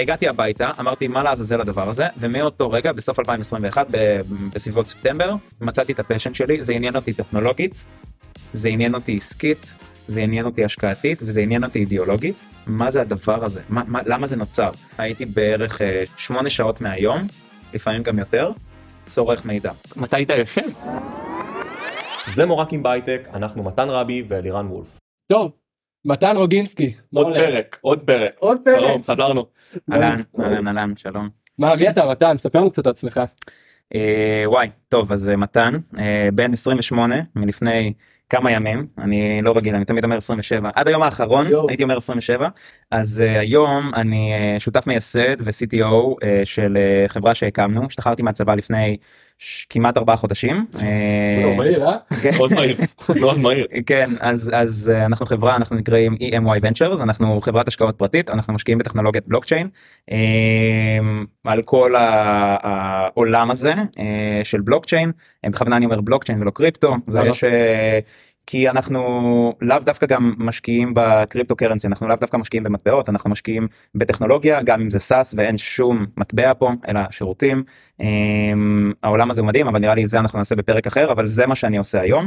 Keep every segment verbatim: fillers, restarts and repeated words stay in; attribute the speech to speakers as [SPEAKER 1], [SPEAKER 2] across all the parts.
[SPEAKER 1] הגעתי הביתה, אמרתי מה לעזאזל הדבר הזה, ומאותו רגע, בסוף אלפיים עשרים ואחת, בסביבות ספטמבר, מצאתי את הפשן שלי, זה עניין אותי טכנולוגית, זה עניין אותי עסקית, זה עניין אותי השקעתית, וזה עניין אותי אידיאולוגית. מה זה הדבר הזה? מה, מה, למה זה נוצר? הייתי בערך אה, שמונה שעות מהיום, לפעמים גם יותר, צורך מידע.
[SPEAKER 2] מתי היית ישן? זה מורקים בהייטק, אנחנו מתן רבי ואלירן וולף.
[SPEAKER 3] טוב, מתן רוגינסקי.
[SPEAKER 2] עוד פרק, עוד פרק.
[SPEAKER 3] עוד פרק.
[SPEAKER 2] שלום, חזרנו.
[SPEAKER 1] אהלן, אהלן, אהלן, שלום.
[SPEAKER 3] מה, מי אתה מתן? ספר לנו קצת עצמך.
[SPEAKER 1] אה, וואי, טוב, אז מתן, אה, בן עשרים ושמונה, מלפני כמה ימים, אני לא רגיל, אני תמיד אומר עשרים ושבע, עד היום האחרון יו. הייתי אומר עשרים ושבע, אז uh, היום אני uh, שותף מייסד ו-סי טי או uh, של uh, חברה שהקמנו, השתחררתי מהצבא לפני ש... כמעט ארבעה חודשים.
[SPEAKER 3] מאוד מהיר, אה?
[SPEAKER 2] מאוד מהיר, מאוד מהיר.
[SPEAKER 1] כן, אז, אז uh, אנחנו חברה, אנחנו נקראים אי אם וואי Ventures, אנחנו חברת השקעות פרטית, אנחנו משקיעים בטכנולוגיית בלוקצ'יין, uh, על כל העולם הזה uh, של בלוקצ'יין, בכוונה אני אומר בלוקצ'יין ולא קריפטו, זה יש... כי אנחנו לאו דווקא גם משקיעים בקריפטו קרנסי, אנחנו לאו דווקא משקיעים במטבעות, אנחנו משקיעים בטכנולוגיה, גם אם זה סאס ואין שום מטבע פה, אלא שירותים. העולם הזה הוא מדהים, אבל נראה לי את זה אנחנו נעשה בפרק אחר, אבל זה מה שאני עושה היום.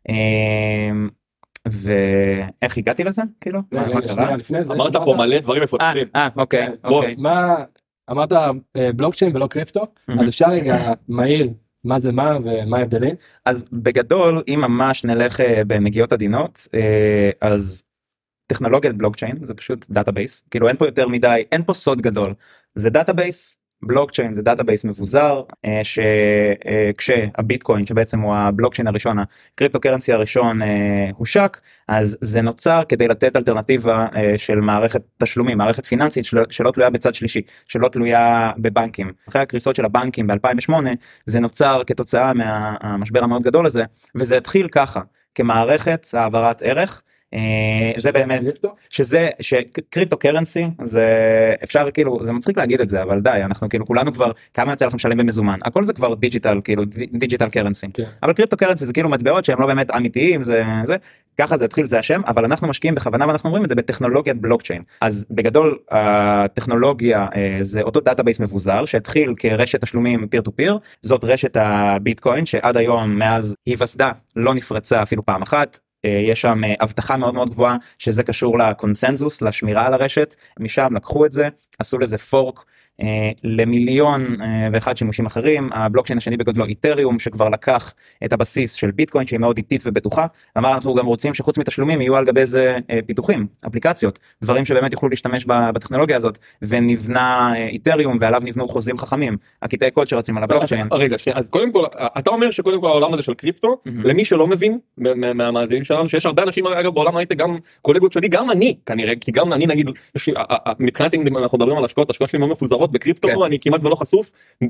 [SPEAKER 1] ואיך הגעתי לזה? כאילו?
[SPEAKER 2] אמרת פה מלא דברים מפותחים.
[SPEAKER 1] אה, אוקיי.
[SPEAKER 3] מה, אמרת בלוקצ'יין ולא קריפטו, אז אפשר רגע מהיר. מה זה מה ומה ההבדלים?
[SPEAKER 1] אז בגדול, אם ממש נלך במגיעות עדינות, אז טכנולוגיית בלוקצ'יין זה פשוט דאטאבייס, כאילו אין פה יותר מדי, אין פה סוד גדול, זה דאטאבייס, בלוקצ'יין זה דאטאבייס מבוזר, שכשהביטקוין שבעצם הוא הבלוקצ'יין הראשון, הקריפטו קרנסי הראשון הושק, אז זה נוצר כדי לתת אלטרנטיבה של מערכת תשלומים, מערכת פיננסית שלא תלויה בצד שלישי, שלא תלויה בבנקים. אחרי הקריסות של הבנקים ב-אלפיים ושמונה, זה נוצר כתוצאה מהמשבר המאוד גדול הזה, וזה התחיל ככה, כמערכת העברת ערך, זה באמת שזה שקריפטו קרנסי זה אפשר כאילו זה מצחיק להגיד את זה אבל די אנחנו כאילו כולנו כבר כמה יוצא לכם לשלם במזומן הכל זה כבר דיג'יטל כאילו דיג'יטל קרנסי אבל קריפטו קרנסי זה כאילו מטבעות שהם לא באמת אמיתיים זה זה ככה זה התחיל זה השם אבל אנחנו משקיעים בכוונה ואנחנו אומרים את זה בטכנולוגיית בלוקצ'יין אז בגדול הטכנולוגיה זה אותו דאטאבייס מבוזר שהתחיל כרשת תשלומים פיר טו פיר זאת רשת הביטקוין שעד היום מאז היווסדה לא נפרצה אפילו פעם אחת. יש שם הבטחה מאוד מאוד גבוהה שזה קשור לקונסנזוס, לשמירה על הרשת, משם לקחו את זה, עשו לזה פורק למיליון ואחד שימושים אחרים, הבלוקצ'יין השני בגודלו איתריום שכבר לקח את הבסיס של ביטקוין שהיא מאוד איטית ובטוחה, ואמר אנחנו גם רוצים שחוץ מתשלומים יהיו על גבי זה פיתוחים, אפליקציות, דברים שבאמת יוכלו להשתמש בטכנולוגיה הזאת, ונבנה איתריום ועליו נבנו חוזים חכמים, הקטעי קוד שרצים על הבלוקצ'יין.
[SPEAKER 2] רגע, אז קודם כל, אתה אומר שקודם כל העולם הזה של קריפטו, למי שלא מבין מהמאזינים שלנו, שיש הרבה אנשים אגב בעולם הייטק, גם קולגות שלי, גם אני כנראה, כי גם אני נגיד, מבחינתי אנחנו מדברים על השקעות, השקעות שלי מאוד מפוזרות בקריפטו, אני כמעט ולא חשוף,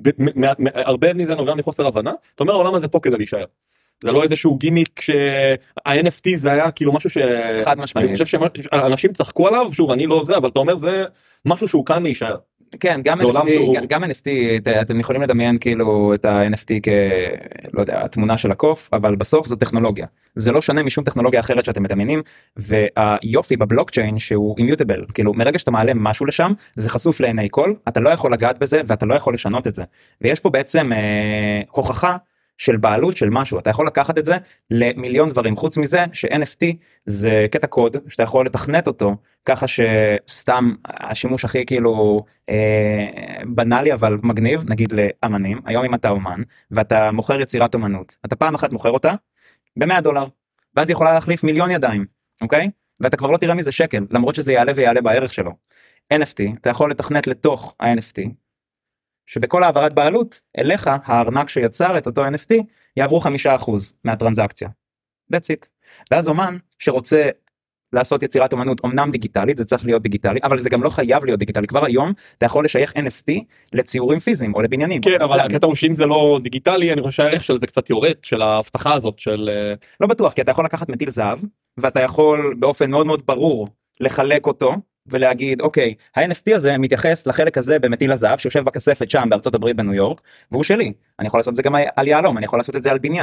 [SPEAKER 2] הרבה מזה נובע מחוסר הבנה, זאת אומרת העולם הזה פה כדי להישאר. זה לא איזשהו גימיק שה-אן אף טי זה היה כאילו משהו ש...
[SPEAKER 1] חד משמעית.
[SPEAKER 2] אני חושב שאנשים צחקו עליו, שוב אני לא זה, אבל אתה אומר זה משהו שהוא כאן להישאר.
[SPEAKER 1] כן, גם אן אף טי, גם אן אף טי, אתם יכולים לדמיין כאילו את ה-אן אף טי כ... לא יודע, התמונה של הקוף, אבל בסוף זו טכנולוגיה. זה לא שונה משום טכנולוגיה אחרת שאתם מדמיינים, והיופי בבלוקצ'יין שהוא אימיוטבל, כאילו מרגע שאתה מעלה משהו לשם, זה חשוף לעיני כל, אתה לא יכול לגעת בזה ואתה לא יכול לשנות את זה. ויש פה בעצם אה, הוכחה של בעלות של משהו, אתה יכול לקחת את זה למיליון דברים, חוץ מזה ש-אן אף טי זה קטע קוד שאתה יכול לתכנת אותו, ככה שסתם השימוש הכי כאילו אה, בנאלי אבל מגניב, נגיד לאמנים, היום אם אתה אומן ואתה מוכר יצירת אומנות, אתה פעם אחת מוכר אותה ב-מאה דולר, ואז היא יכולה להחליף מיליון ידיים, אוקיי? ואתה כבר לא תראה מזה שקל, למרות שזה יעלה ויעלה בערך שלו. אן אף טי, אתה יכול לתכנת לתוך ה-אן אף טי, שבכל העברת בעלות, אליך, הארנק שיצר את אותו אן אף טי, יעברו חמישה אחוז מהטרנזקציה. That's it. ואז אומן שרוצה לעשות יצירת אומנות, אומנם דיגיטלית, זה צריך להיות דיגיטלי, אבל זה גם לא חייב להיות דיגיטלי. כבר היום, אתה יכול לשייך אן אף טי לציורים פיזיים או לבניינים.
[SPEAKER 2] כן, אבל הקטע הוא שאם זה לא דיגיטלי, אני חושב שהערך של זה קצת יורד, של ההבטחה הזאת של...
[SPEAKER 1] לא בטוח, כי אתה יכול לקחת מטיל זהב, ואתה יכול באופן מאוד מאוד ברור לחלק אותו, ולהגיד אוקיי, ה-אן אף טי הזה מתייחס לחלק הזה במטיל הזהב שיושב בכספת שם בארצות הברית בניו יורק, והוא שלי. אני יכול לעשות את זה גם על יהלום, אני יכול לעשות את זה על בניין.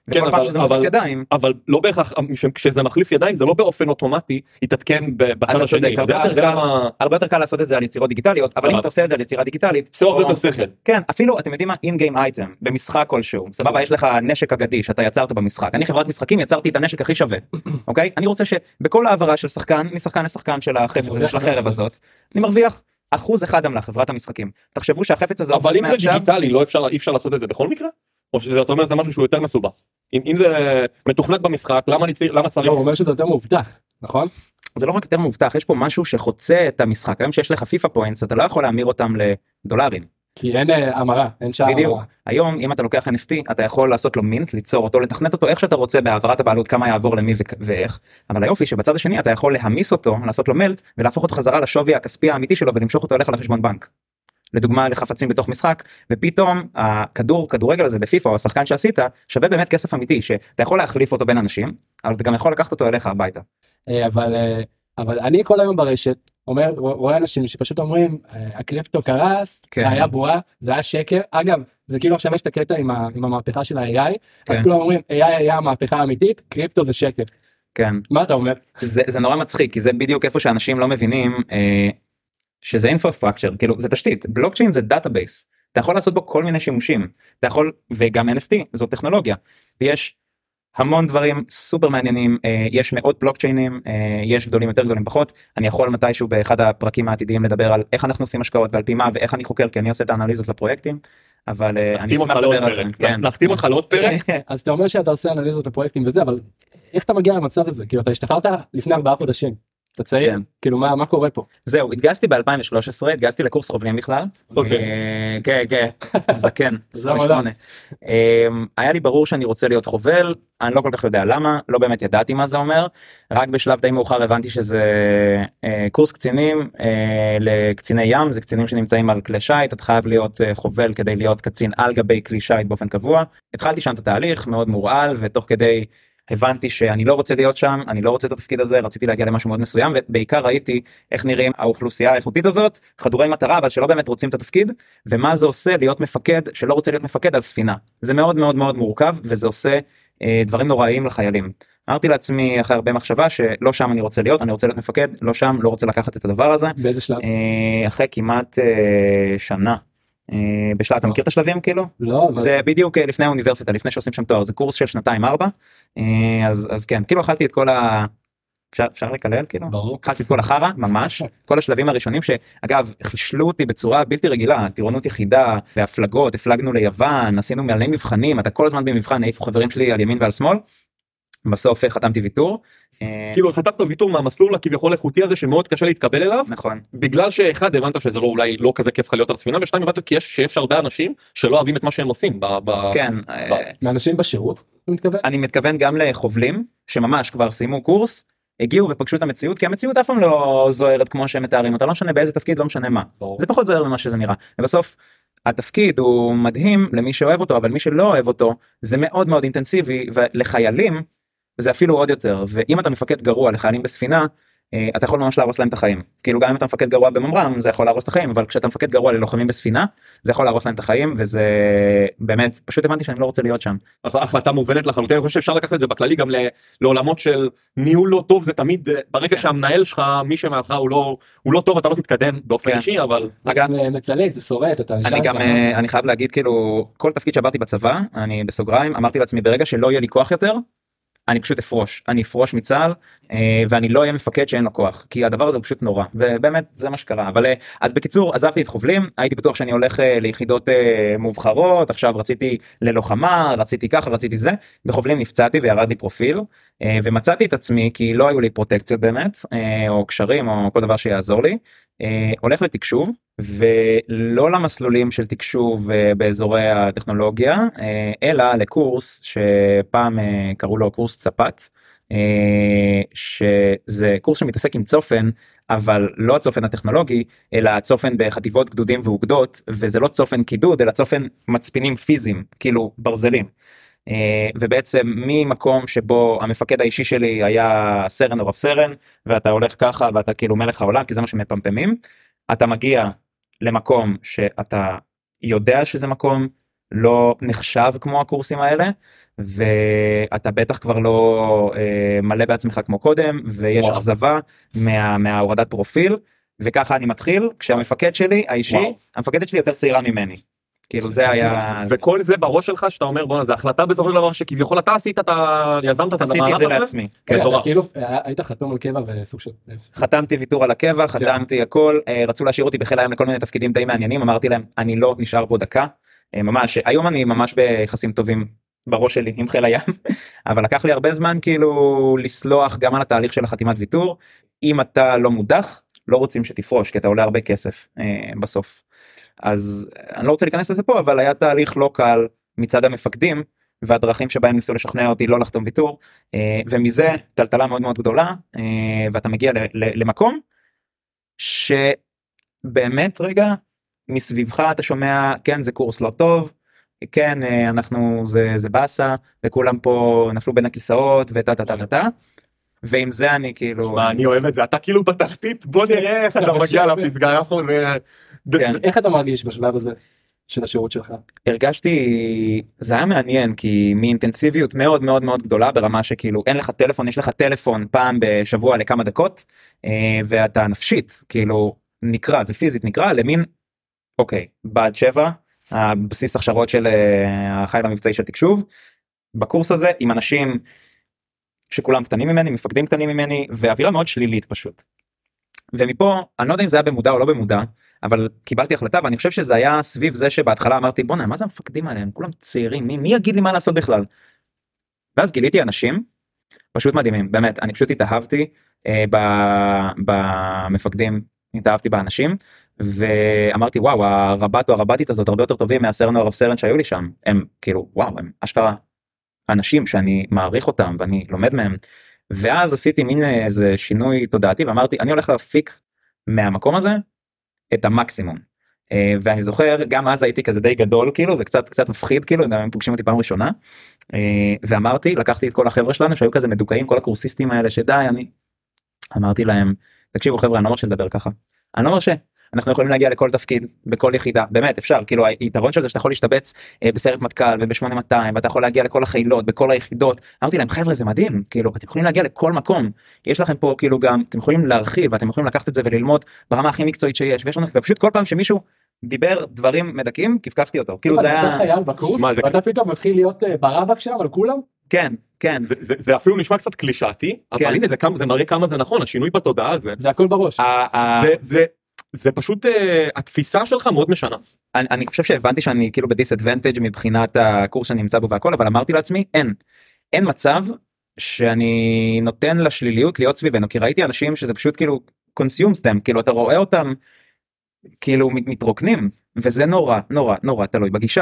[SPEAKER 1] וכל פעם שזה מחליף ידיים.
[SPEAKER 2] אבל לא בהכרח, כשזה מחליף ידיים זה לא באופן אוטומטי יתעדכן בצד השני.
[SPEAKER 1] הרבה יותר קל לעשות את זה על יצירות דיגיטליות, אבל אם אתה עושה את זה על יצירה דיגיטלית,
[SPEAKER 2] זה הרבה יותר שכל.
[SPEAKER 1] כן, אפילו אתם יודעים מה, in game item במשחק כלשהו, סבבה, יש לך נשק אגדי שאתה יצרת במשחק. אני חברת משחקים, יצרתי את הנשק הכי שווה, אוקיי? אני רוצה שבכל העברה של שחקן משחקן לשחקן של החפץ הזה של החרב הזאת, אני מרוויח אחוז אחד עמלה חברת המשחקים. תחשבו שהחפץ הזה,
[SPEAKER 2] אבל אם זה דיגיטלי לא אפשר, אי אפשר לעשות את זה בכל מקרה? או שאתה אומר זה משהו שהוא יותר מסובך? אם, אם זה מתוכנת במשחק, למה אני צריך, למה צריך?
[SPEAKER 3] לא, הוא אומר שזה יותר מובטח, נכון?
[SPEAKER 1] זה לא רק יותר מובטח, יש פה משהו שחוצה את המשחק. היום שיש לך פיפה פוינטס, אתה לא יכול להמיר אותם לדולרים.
[SPEAKER 3] כי אין המרה, אין שער המרה.
[SPEAKER 1] בדיוק. היום אם אתה לוקח אן אף טי, אתה יכול לעשות לו מינט, ליצור אותו, לתכנת אותו איך שאתה רוצה בהעברת הבעלות, כמה יעבור למי ואיך. אבל היופי שבצד השני אתה יכול להמיס אותו, לעשות לו מלט, ולהפוך אותו חזרה לשווי הכספי האמיתי שלו, ולמשוך אותו אליך לחשבון בנק. לדוגמה לחפצים בתוך משחק, ופתאום הכדור, כדורגל הזה בפיפה או השחקן שעשית, שווה באמת כסף אמיתי, שאתה יכול להחליף אותו בין אנשים, אבל אתה גם יכול לקחת אותו אליך הביתה.
[SPEAKER 3] אבל, אבל אני כל היום ברשת אומר, רואה אנשים שפשוט אומרים, הקריפטו קרס, כן. זה היה בועה, זה היה שקר. אגב, זה כאילו עכשיו יש את הקטע עם, ה, עם המהפכה של ה-איי איי, כן. אז כולם אומרים, איי איי היה המהפכה האמיתית, קריפטו זה שקר.
[SPEAKER 1] כן.
[SPEAKER 3] מה אתה אומר?
[SPEAKER 1] זה, זה נורא מצחיק, כי זה בדיוק איפה שאנשים לא מבינים, אה, שזה infrastructure, כאילו זה תשתית, בלוקצ'יין זה דאטאבייס, אתה יכול לעשות בו כל מיני שימושים, אתה יכול, וגם אן אף טי, זו טכנולוגיה, יש המון דברים סופר מעניינים, יש מאות בלוקצ'יינים, יש גדולים יותר גדולים פחות, אני יכול מתישהו באחד הפרקים העתידיים לדבר על איך אנחנו עושים השקעות ועל פי מה ואיך אני חוקר, כי אני עושה את האנליזות לפרויקטים, אבל אני אשמח לדבר על זה.
[SPEAKER 2] נחתים אותך לעוד פרק?
[SPEAKER 3] אז אתה אומר שאתה עושה אנליזות לפרויקטים וזה, אבל איך אתה מגיע למצב הזה? כאילו אתה השתחררת לפני ארבעה חודשים. אתה צעיר? כן. כאילו מה, מה קורה פה?
[SPEAKER 1] זהו, התגייסתי ב-אלפיים ושלוש עשרה, התגייסתי לקורס חובלים בכלל.
[SPEAKER 2] אוקיי.
[SPEAKER 1] כן, כן, זקן. היה לי ברור שאני רוצה להיות חובל, אני לא כל כך יודע למה, לא באמת ידעתי מה זה אומר, רק בשלב די מאוחר הבנתי שזה קורס קצינים לקציני ים, זה קצינים שנמצאים על כלי שייט, אתה חייב להיות חובל כדי להיות קצין על גבי כלי שייט באופן קבוע. התחלתי שם את התהליך, מאוד מורעל, ותוך כדי הבנתי שאני לא רוצה להיות שם, אני לא רוצה את התפקיד הזה, רציתי להגיע למשהו מאוד מסוים, ובעיקר ראיתי איך נראים האוכלוסייה האיכותית הזאת, חדורי מטרה, אבל שלא באמת רוצים את התפקיד, ומה זה עושה להיות מפקד, שלא רוצה להיות מפקד על ספינה. זה מאוד מאוד מאוד מורכב, וזה עושה אה, דברים נוראיים לחיילים. אמרתי לעצמי אחרי הרבה מחשבה, שלא שם אני רוצה להיות, אני רוצה להיות מפקד, לא שם, לא רוצה לקחת את הדבר הזה.
[SPEAKER 3] באיזה שלב?
[SPEAKER 1] אה, אחרי כמעט אה, שנה. בשלב, אתה מכיר את השלבים כאילו?
[SPEAKER 3] לא,
[SPEAKER 1] זה בדיוק לפני האוניברסיטה, לפני שעושים שם תואר, זה קורס של שנתיים ארבע, אז אז כן, כאילו אכלתי את כל ה... אפשר לקלל כאילו?
[SPEAKER 3] ברור.
[SPEAKER 1] אכלתי את כל החרה, ממש, כל השלבים הראשונים שאגב, חישלו אותי בצורה בלתי רגילה, טירונות יחידה, והפלגות, הפלגנו ליוון, עשינו מלא מבחנים, אתה כל הזמן במבחן, העיפו חברים שלי על ימין ועל שמאל, בסוף חתמתי ויתור.
[SPEAKER 2] כאילו חתמת ויתור מהמסלול הכביכול איכותי הזה שמאוד קשה להתקבל אליו.
[SPEAKER 1] נכון.
[SPEAKER 2] בגלל שאחד הבנת שזה לא אולי לא כזה כיף להיות על ספינה, ושתיים הבנת כי יש שיש הרבה אנשים שלא אוהבים את מה שהם עושים.
[SPEAKER 1] כן.
[SPEAKER 3] מאנשים בשירות, אני מתכוון?
[SPEAKER 1] אני מתכוון גם לחובלים שממש כבר סיימו קורס, הגיעו ופגשו את המציאות, כי המציאות אף פעם לא זוהרת כמו שהם מתארים, אתה לא משנה באיזה תפקיד, לא משנה מה. זה פחות זוהר ממה שזה נראה. ובסוף התפקיד הוא מדהים למי שאוהב אותו, אבל מי שלא אוהב אותו זה מאוד מאוד אינטנסיבי, ולחיילים זה אפילו עוד יותר, ואם אתה מפקד גרוע לחיילים בספינה, אתה יכול ממש להרוס להם את החיים. כאילו גם אם אתה מפקד גרוע בממר"ם, זה יכול להרוס את החיים, אבל כשאתה מפקד גרוע ללוחמים בספינה, זה יכול להרוס להם את החיים, וזה באמת, פשוט הבנתי שאני לא רוצה להיות שם.
[SPEAKER 2] החלטה מובנת לחלוטין, אני חושב שאפשר לקחת את זה בכללי גם לעולמות של ניהול לא טוב, זה תמיד, ברגע שהמנהל שלך, מי שמעלך הוא לא, הוא לא טוב, אתה לא תתקדם באופן אישי, אבל...
[SPEAKER 3] אגב, מצלק, זה שורט, אתה
[SPEAKER 1] אני גם, אני חייב להגיד, כאילו, כל תפקיד שעברתי בצבא, אני בסוגריים, אמרתי לעצמי, ברגע שלא יהיה לי כוח יותר, אני פשוט אפרוש, אני אפרוש מצה"ל, ואני לא אהיה מפקד שאין לו כוח, כי הדבר הזה הוא פשוט נורא, ובאמת זה מה שקרה. אבל אז בקיצור, עזבתי את חובלים, הייתי בטוח שאני הולך ליחידות מובחרות, עכשיו רציתי ללוחמה, רציתי ככה, רציתי זה, בחובלים נפצעתי וירד לי פרופיל, ומצאתי את עצמי, כי לא היו לי פרוטקציות באמת, או קשרים, או כל דבר שיעזור לי, הולך לתקשוב, ולא למסלולים של תקשוב באזורי הטכנולוגיה, אלא לקורס שפעם קראו לו קורס צפת, שזה קורס שמתעסק עם צופן, אבל לא הצופן הטכנולוגי, אלא הצופן בחטיבות גדודים ואוגדות, וזה לא צופן קידוד, אלא צופן מצפינים פיזיים, כאילו ברזלים. ובעצם ממקום שבו המפקד האישי שלי היה סרן או רב סרן, ואתה הולך ככה ואתה כאילו מלך העולם, כי זה מה שמפמפמים, אתה מגיע למקום שאתה יודע שזה מקום לא נחשב כמו הקורסים האלה, ואתה בטח כבר לא אה, מלא בעצמך כמו קודם, ויש
[SPEAKER 2] וואו.
[SPEAKER 1] אכזבה מה, מההורדת פרופיל, וככה אני מתחיל, כשהמפקד שלי, האישי,
[SPEAKER 2] וואו.
[SPEAKER 1] המפקדת שלי יותר צעירה ממני. כאילו זה היה...
[SPEAKER 2] וכל זה בראש שלך שאתה אומר בוא זה החלטה בסופו של דבר שכביכול אתה עשית את ה... יזמת את
[SPEAKER 1] עשיתי את זה לעצמי.
[SPEAKER 3] כן,
[SPEAKER 2] מטורף.
[SPEAKER 3] כאילו היית חתום על קבע וסוג של...
[SPEAKER 1] חתמתי ויתור על הקבע, חתמתי הכל, אה, רצו להשאיר אותי בחיל הים לכל מיני תפקידים די מעניינים, אמרתי להם אני לא נשאר פה דקה, אה, ממש, היום אני ממש ביחסים טובים בראש שלי עם חיל הים, אבל לקח לי הרבה זמן כאילו לסלוח גם על התהליך של החתימת ויתור, אם אתה לא מודח, לא רוצים שתפרוש, כי אתה עולה הרבה כסף אה, בסוף. אז אני לא רוצה להיכנס לזה פה, אבל היה תהליך לא קל מצד המפקדים, והדרכים שבהם ניסו לשכנע אותי לא לחתום ויתור, ומזה טלטלה מאוד מאוד גדולה, ואתה מגיע למקום שבאמת רגע מסביבך אתה שומע כן זה קורס לא טוב, כן אנחנו זה זה באסה, וכולם פה נפלו בין הכיסאות ותה תה תה תה, ועם זה אני כאילו...
[SPEAKER 2] שמה, אני אוהב את זה, אתה כאילו בתחתית, בוא נראה איך אתה מגיע לפסגה, איפה זה...
[SPEAKER 3] איך אתה מרגיש בשלב הזה של השירות שלך?
[SPEAKER 1] הרגשתי, זה היה מעניין, כי מאינטנסיביות מאוד מאוד מאוד גדולה, ברמה שכאילו אין לך טלפון, יש לך טלפון פעם בשבוע לכמה דקות, ואתה נפשית, כאילו נקרא ופיזית נקרא למין, אוקיי, בעד שבע, הבסיס הכשרות של החיל המבצעי של תקשוב, בקורס הזה עם אנשים שכולם קטנים ממני, מפקדים קטנים ממני, ואווירה מאוד שלילית פשוט. ומפה, אני לא יודע אם זה היה במודע או לא במודע, אבל קיבלתי החלטה, ואני חושב שזה היה סביב זה שבהתחלה אמרתי, בוא נה, מה זה המפקדים עליהם? כולם צעירים, מי, מי יגיד לי מה לעשות בכלל? ואז גיליתי אנשים, פשוט מדהימים, באמת, אני פשוט התאהבתי אה, במפקדים, התאהבתי באנשים, ואמרתי, וואו, הרב"ט או הרב"טית הזאת הרבה יותר טובים מהסרן או הרב סרן שהיו לי שם, הם כאילו, וואו, הם אשכרה אנשים שאני מעריך אותם, ואני לומד מהם, ואז עשיתי מין איזה שינוי תודעתי, ואמרתי, אני הולך להפיק מהמקום הזה, את המקסימום. ואני זוכר גם אז הייתי כזה די גדול כאילו וקצת קצת מפחיד כאילו, גם הם פוגשים אותי פעם ראשונה, ואמרתי, לקחתי את כל החבר'ה שלנו שהיו כזה מדוכאים, כל הקורסיסטים האלה שדי, אני אמרתי להם, תקשיבו חבר'ה, אני לא מרשה לדבר ככה, אני לא מרשה, אנחנו יכולים להגיע לכל תפקיד בכל יחידה, באמת אפשר, כאילו היתרון של זה שאתה יכול להשתבץ בסיירת מטכ"ל וב-שמונה מאתיים ואתה יכול להגיע לכל החילות בכל היחידות. אמרתי להם חבר'ה זה מדהים, כאילו אתם יכולים להגיע לכל מקום, יש לכם פה כאילו גם אתם יכולים להרחיב ואתם יכולים לקחת את זה וללמוד ברמה הכי מקצועית שיש, ויש לנו ופשוט כל פעם שמישהו דיבר דברים מדכאים כפכפתי אותו, כאילו זה היה
[SPEAKER 3] חייל בקורס ואתה פתאום מתחיל להיות ברבק שם על כולם.
[SPEAKER 1] כן כן
[SPEAKER 2] זה, זה, זה אפילו נשמע קצת קלישאתי, אבל
[SPEAKER 1] כן.
[SPEAKER 2] הנה זה, כמה, זה מראה כמה זה נכון, השינוי בתודעה הזה
[SPEAKER 3] זה הכל בראש.
[SPEAKER 2] זה, זה, זה פשוט uh, התפיסה שלך מאוד משנה.
[SPEAKER 1] אני, אני חושב שהבנתי שאני כאילו בדיסאדוונטג' מבחינת הקורס שאני נמצא בו והכל, אבל אמרתי לעצמי אין אין מצב שאני נותן לשליליות להיות סביבנו, כי ראיתי אנשים שזה פשוט כאילו consumes them, כאילו אתה רואה אותם כאילו מתרוקנים, וזה נורא נורא נורא תלוי בגישה.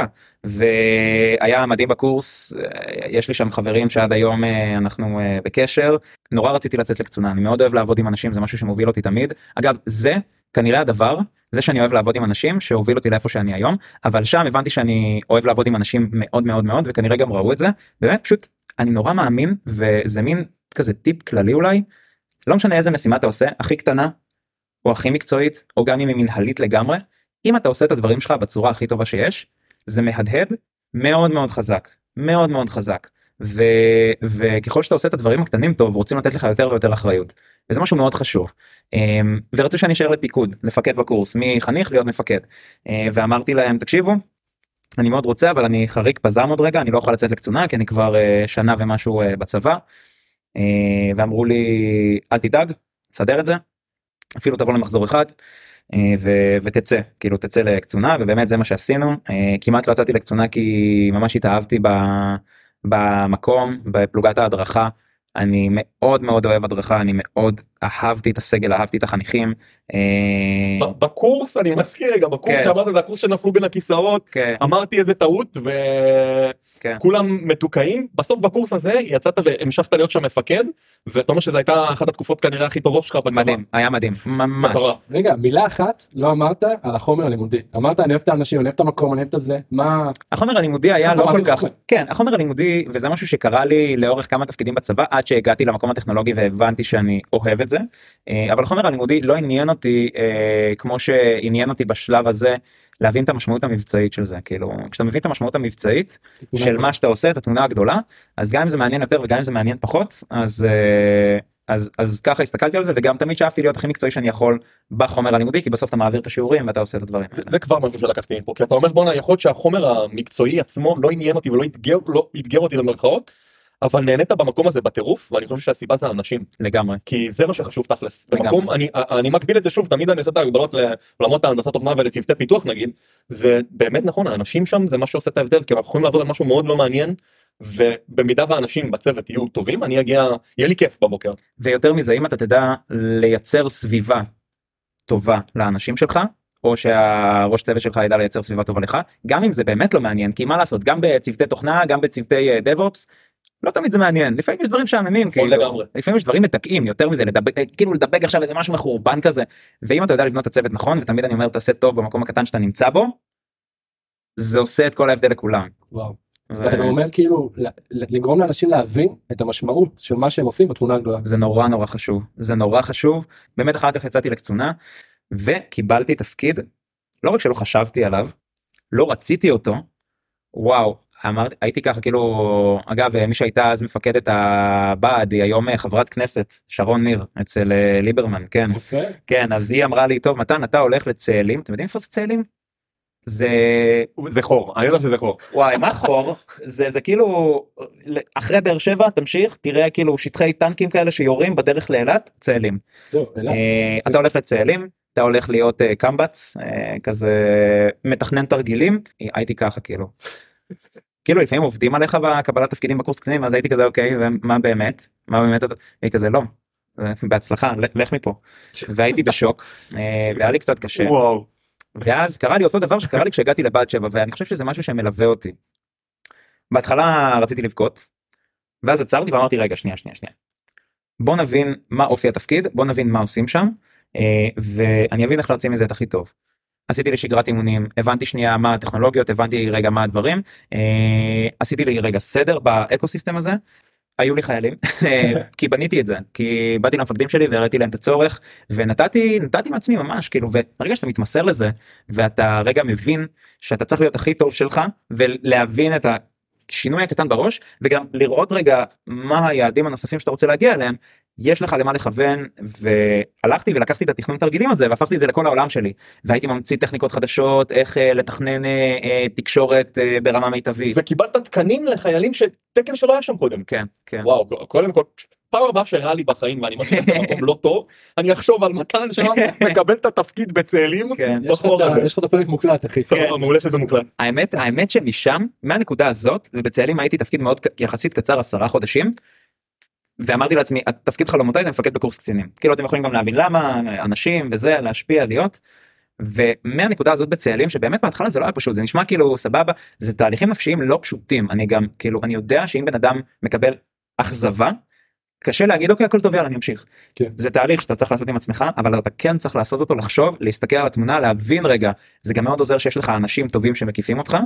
[SPEAKER 1] והיה מדהים בקורס, יש לי שם חברים שעד היום אנחנו בקשר, נורא רציתי לצאת לקצונה, אני מאוד אוהב לעבוד עם אנשים, זה משהו שמוביל אותי תמיד. אגב זה כנראה הדבר, זה שאני אוהב לעבוד עם אנשים שהוביל אותי לאיפה שאני היום, אבל שם הבנתי שאני אוהב לעבוד עם אנשים מאוד מאוד מאוד, וכנראה גם ראו את זה, באמת פשוט אני נורא מאמין, וזה מין כזה טיפ כללי אולי, לא משנה איזה משימה אתה עושה, הכי קטנה, או הכי מקצועית, או גם אם היא מנהלית לגמרי, אם אתה עושה את הדברים שלך בצורה הכי טובה שיש, זה מהדהד מאוד מאוד חזק, מאוד מאוד חזק, ו... וככל שאתה עושה את הדברים הקטנים טוב, רוצים לתת לך יותר ויותר אחריות, וזה משהו מאוד חשוב, ורצו שאני אשאר לפיקוד, לפקד בקורס, מחניך להיות מפקד, ואמרתי להם, תקשיבו, אני מאוד רוצה, אבל אני חריג פזם עוד רגע, אני לא יכול לצאת לקצונה, כי אני כבר שנה ומשהו בצבא, ואמרו לי, אל תדאג, תסדר את זה, אפילו תבוא למחזור אחד, ו- ותצא, כאילו תצא לקצונה, ובאמת זה מה שעשינו. כמעט לא יצאתי לקצונה כי ממש התאהבתי ב- במקום, בפלוגת ההדרכה, אני מאוד מאוד אוהב הדרכה, אני מאוד אהבתי את הסגל, אהבתי את החניכים.
[SPEAKER 2] בקורס, אני מזכיר רגע, בקורס שאמרת, זה הקורס שנפלו בין הכיסאות, אמרתי איזה טעות וכולם מתוקעים, בסוף בקורס הזה יצאת והמשכת להיות שם מפקד, ואתה אומר שזו הייתה אחת התקופות כנראה הכי טובות שלך בצבא.
[SPEAKER 1] מדהים, היה מדהים, ממש.
[SPEAKER 3] רגע, מילה אחת לא אמרת על החומר הלימודי, אמרת אני אוהב את האנשים, אני אוהב את המקום, אני אוהב את זה, מה...
[SPEAKER 1] החומר הלימודי היה לא כל כך, כן, החומר הלימודי, וזה משהו שקרה לי לאורך כמה תפקידים בצבא, עד שהגעתי למקום הטכנולוגי והבנתי שאני אוהב את זה, אבל החומר הלימודי לא עניין אותי כמו שעניין אותי בשלב הזה, להבין את המשמעות המבצעית של זה, כאילו כשאתה מבין את המשמעות המבצעית של מה שאתה עושה, את התמונה הגדולה, אז גם אם זה מעניין יותר וגם אם זה מעניין פחות, אז אז אז ככה הסתכלתי על זה, וגם תמיד שאפתי להיות הכי מקצועי שאני יכול בחומר הלימודי, כי בסוף אתה מעביר את השיעורים ואתה עושה את הדברים.
[SPEAKER 2] זה, זה כבר משהו שלקחתי פה, כי אתה אומר בוא יכול להיות שהחומר המקצועי עצמו לא עניין אותי ולא יתגר, לא יתגר אותי למרכאות, אבל נהנית במקום הזה בטירוף, ואני חושב שהסיבה זה האנשים.
[SPEAKER 1] לגמרי.
[SPEAKER 2] כי זה מה שחשוב תכלס. במקום, אני, אני מקביל את זה שוב, תמיד אני עושה את ההגבלות לעולמות ההנדסת תוכנה ולצוותי פיתוח נגיד, זה באמת נכון, האנשים שם זה מה שעושה את ההבדל, כי אנחנו יכולים לעבוד על משהו מאוד לא מעניין, ובמידה והאנשים בצוות יהיו טובים, אני אגיע, יהיה לי כיף בבוקר.
[SPEAKER 1] ויותר מזה, אם אתה תדע לייצר סביבה טובה לאנשים שלך, או שהראש צוות שלך ידע לייצר סביבה טובה לך, גם אם זה באמת לא מעניין, כי מה לעשות, גם בצוותי תוכנה, גם בצוותי DevOps, לא תמיד זה מעניין, לפעמים יש דברים שעממים, כאילו, לפעמים יש דברים מתקעים, יותר מזה, לדבק, כאילו לדבק עכשיו איזה משהו מחורבן כזה, ואם אתה יודע לבנות את הצוות נכון, ותמיד אני אומר, תעשה טוב במקום הקטן שאתה נמצא בו, זה עושה את כל ההבדל לכולם.
[SPEAKER 3] וואו. ואתה גם אומר כאילו, לגרום לאנשים להבין את המשמעות של מה שהם עושים בתמונה הגדולה.
[SPEAKER 1] זה נורא נורא חשוב, זה נורא חשוב, באמת אחר כך יצאתי לקצונה, וקיבלתי תפקיד, לא רק שלא חשבתי עליו, לא רציתי אותו, וואו, אמרתי, הייתי ככה כאילו, אגב, מי שהייתה אז מפקדת הבעד, היא היום חברת כנסת, שרון ניר, אצל ליברמן, כן. כן, אז היא אמרה לי, טוב, מתן, אתה הולך לצאלים, אתם יודעים איפה זה צאלים? זה...
[SPEAKER 2] זה חור, אני יודע שזה חור.
[SPEAKER 1] וואי, מה חור? זה, זה כאילו, אחרי באר שבע, תמשיך, תראה כאילו שטחי טנקים כאלה שיורים בדרך לאילת, צאלים.
[SPEAKER 3] זהו, אילת.
[SPEAKER 1] אתה הולך לצאלים, אתה הולך להיות קמבץ, כזה מתכנן תרגילים, הייתי ככה כאילו. כאילו לפעמים עובדים עליך בקבלת תפקידים בקורס קצינים, אז הייתי כזה אוקיי, ומה באמת? מה באמת? הייתי כזה לא, בהצלחה, לך מפה. והייתי בשוק, והיה לי קצת קשה.
[SPEAKER 2] וואו.
[SPEAKER 1] ואז קרה לי אותו דבר שקרה לי כשהגעתי לבה"ד שבע, ואני חושב שזה משהו שמלווה אותי. בהתחלה רציתי לבכות, ואז עצרתי ואמרתי רגע שנייה שנייה שנייה. בוא נבין מה אופי התפקיד, בוא נבין מה עושים שם, ואני אבין איך להוציא מזה את הכי טוב. עשיתי לי שגרת אימונים, הבנתי שנייה מה הטכנולוגיות, הבנתי רגע מה הדברים, עשיתי לי רגע סדר באקוסיסטם הזה, היו לי חיילים, כי בניתי את זה, כי באתי למפקדים שלי והראיתי להם את הצורך, ונתתי, נתתי מעצמי ממש, כאילו, וברגע שאתה מתמסר לזה, ואתה רגע מבין שאתה צריך להיות הכי טוב שלך, ולהבין את השינוי הקטן בראש, וגם לראות רגע מה היעדים הנוספים שאתה רוצה להגיע אליהם, יש לך למה לכוון, והלכתי ולקחתי את התכנון תרגילים הזה, והפכתי את זה לכל העולם שלי, והייתי ממציא טכניקות חדשות, איך לתכנן תקשורת ברמה מיטבית.
[SPEAKER 2] וקיבלת תקנים לחיילים שתקן שלא היה שם קודם.
[SPEAKER 1] כן, כן.
[SPEAKER 2] וואו, קודם כל, פעם הבאה שרע לי בחיים, ואני מרגיש את המקום לא טוב, אני אחשוב על מתן שמקבל את התפקיד בצאלים.
[SPEAKER 3] יש לך את הפרק מוקלט, אחי.
[SPEAKER 2] מעולה שזה מוקלט.
[SPEAKER 1] האמת, האמת שמשם, מהנקודה הזאת, ובצאלים הייתי תפקיד מאוד יחסית קצר, עשרה חודשים, ואמרתי לעצמי, התפקיד חלומותיי זה מפקד בקורס קצינים. כאילו אתם יכולים גם להבין למה, אנשים וזה, להשפיע, להיות. ומהנקודה הזאת בצאלים, שבאמת בהתחלה זה לא היה פשוט, זה נשמע כאילו סבבה, זה תהליכים נפשיים לא פשוטים. אני גם, כאילו, אני יודע שאם בן אדם מקבל אכזבה, קשה להגיד, אוקיי, הכל טוב, יאללה, אני אמשיך. כן. זה תהליך שאתה צריך לעשות עם עצמך, אבל אתה כן צריך לעשות אותו, לחשוב, להסתכל על התמונה, להבין רגע, זה גם מאוד עוזר שיש לך אנשים טובים שמקיפים אותך,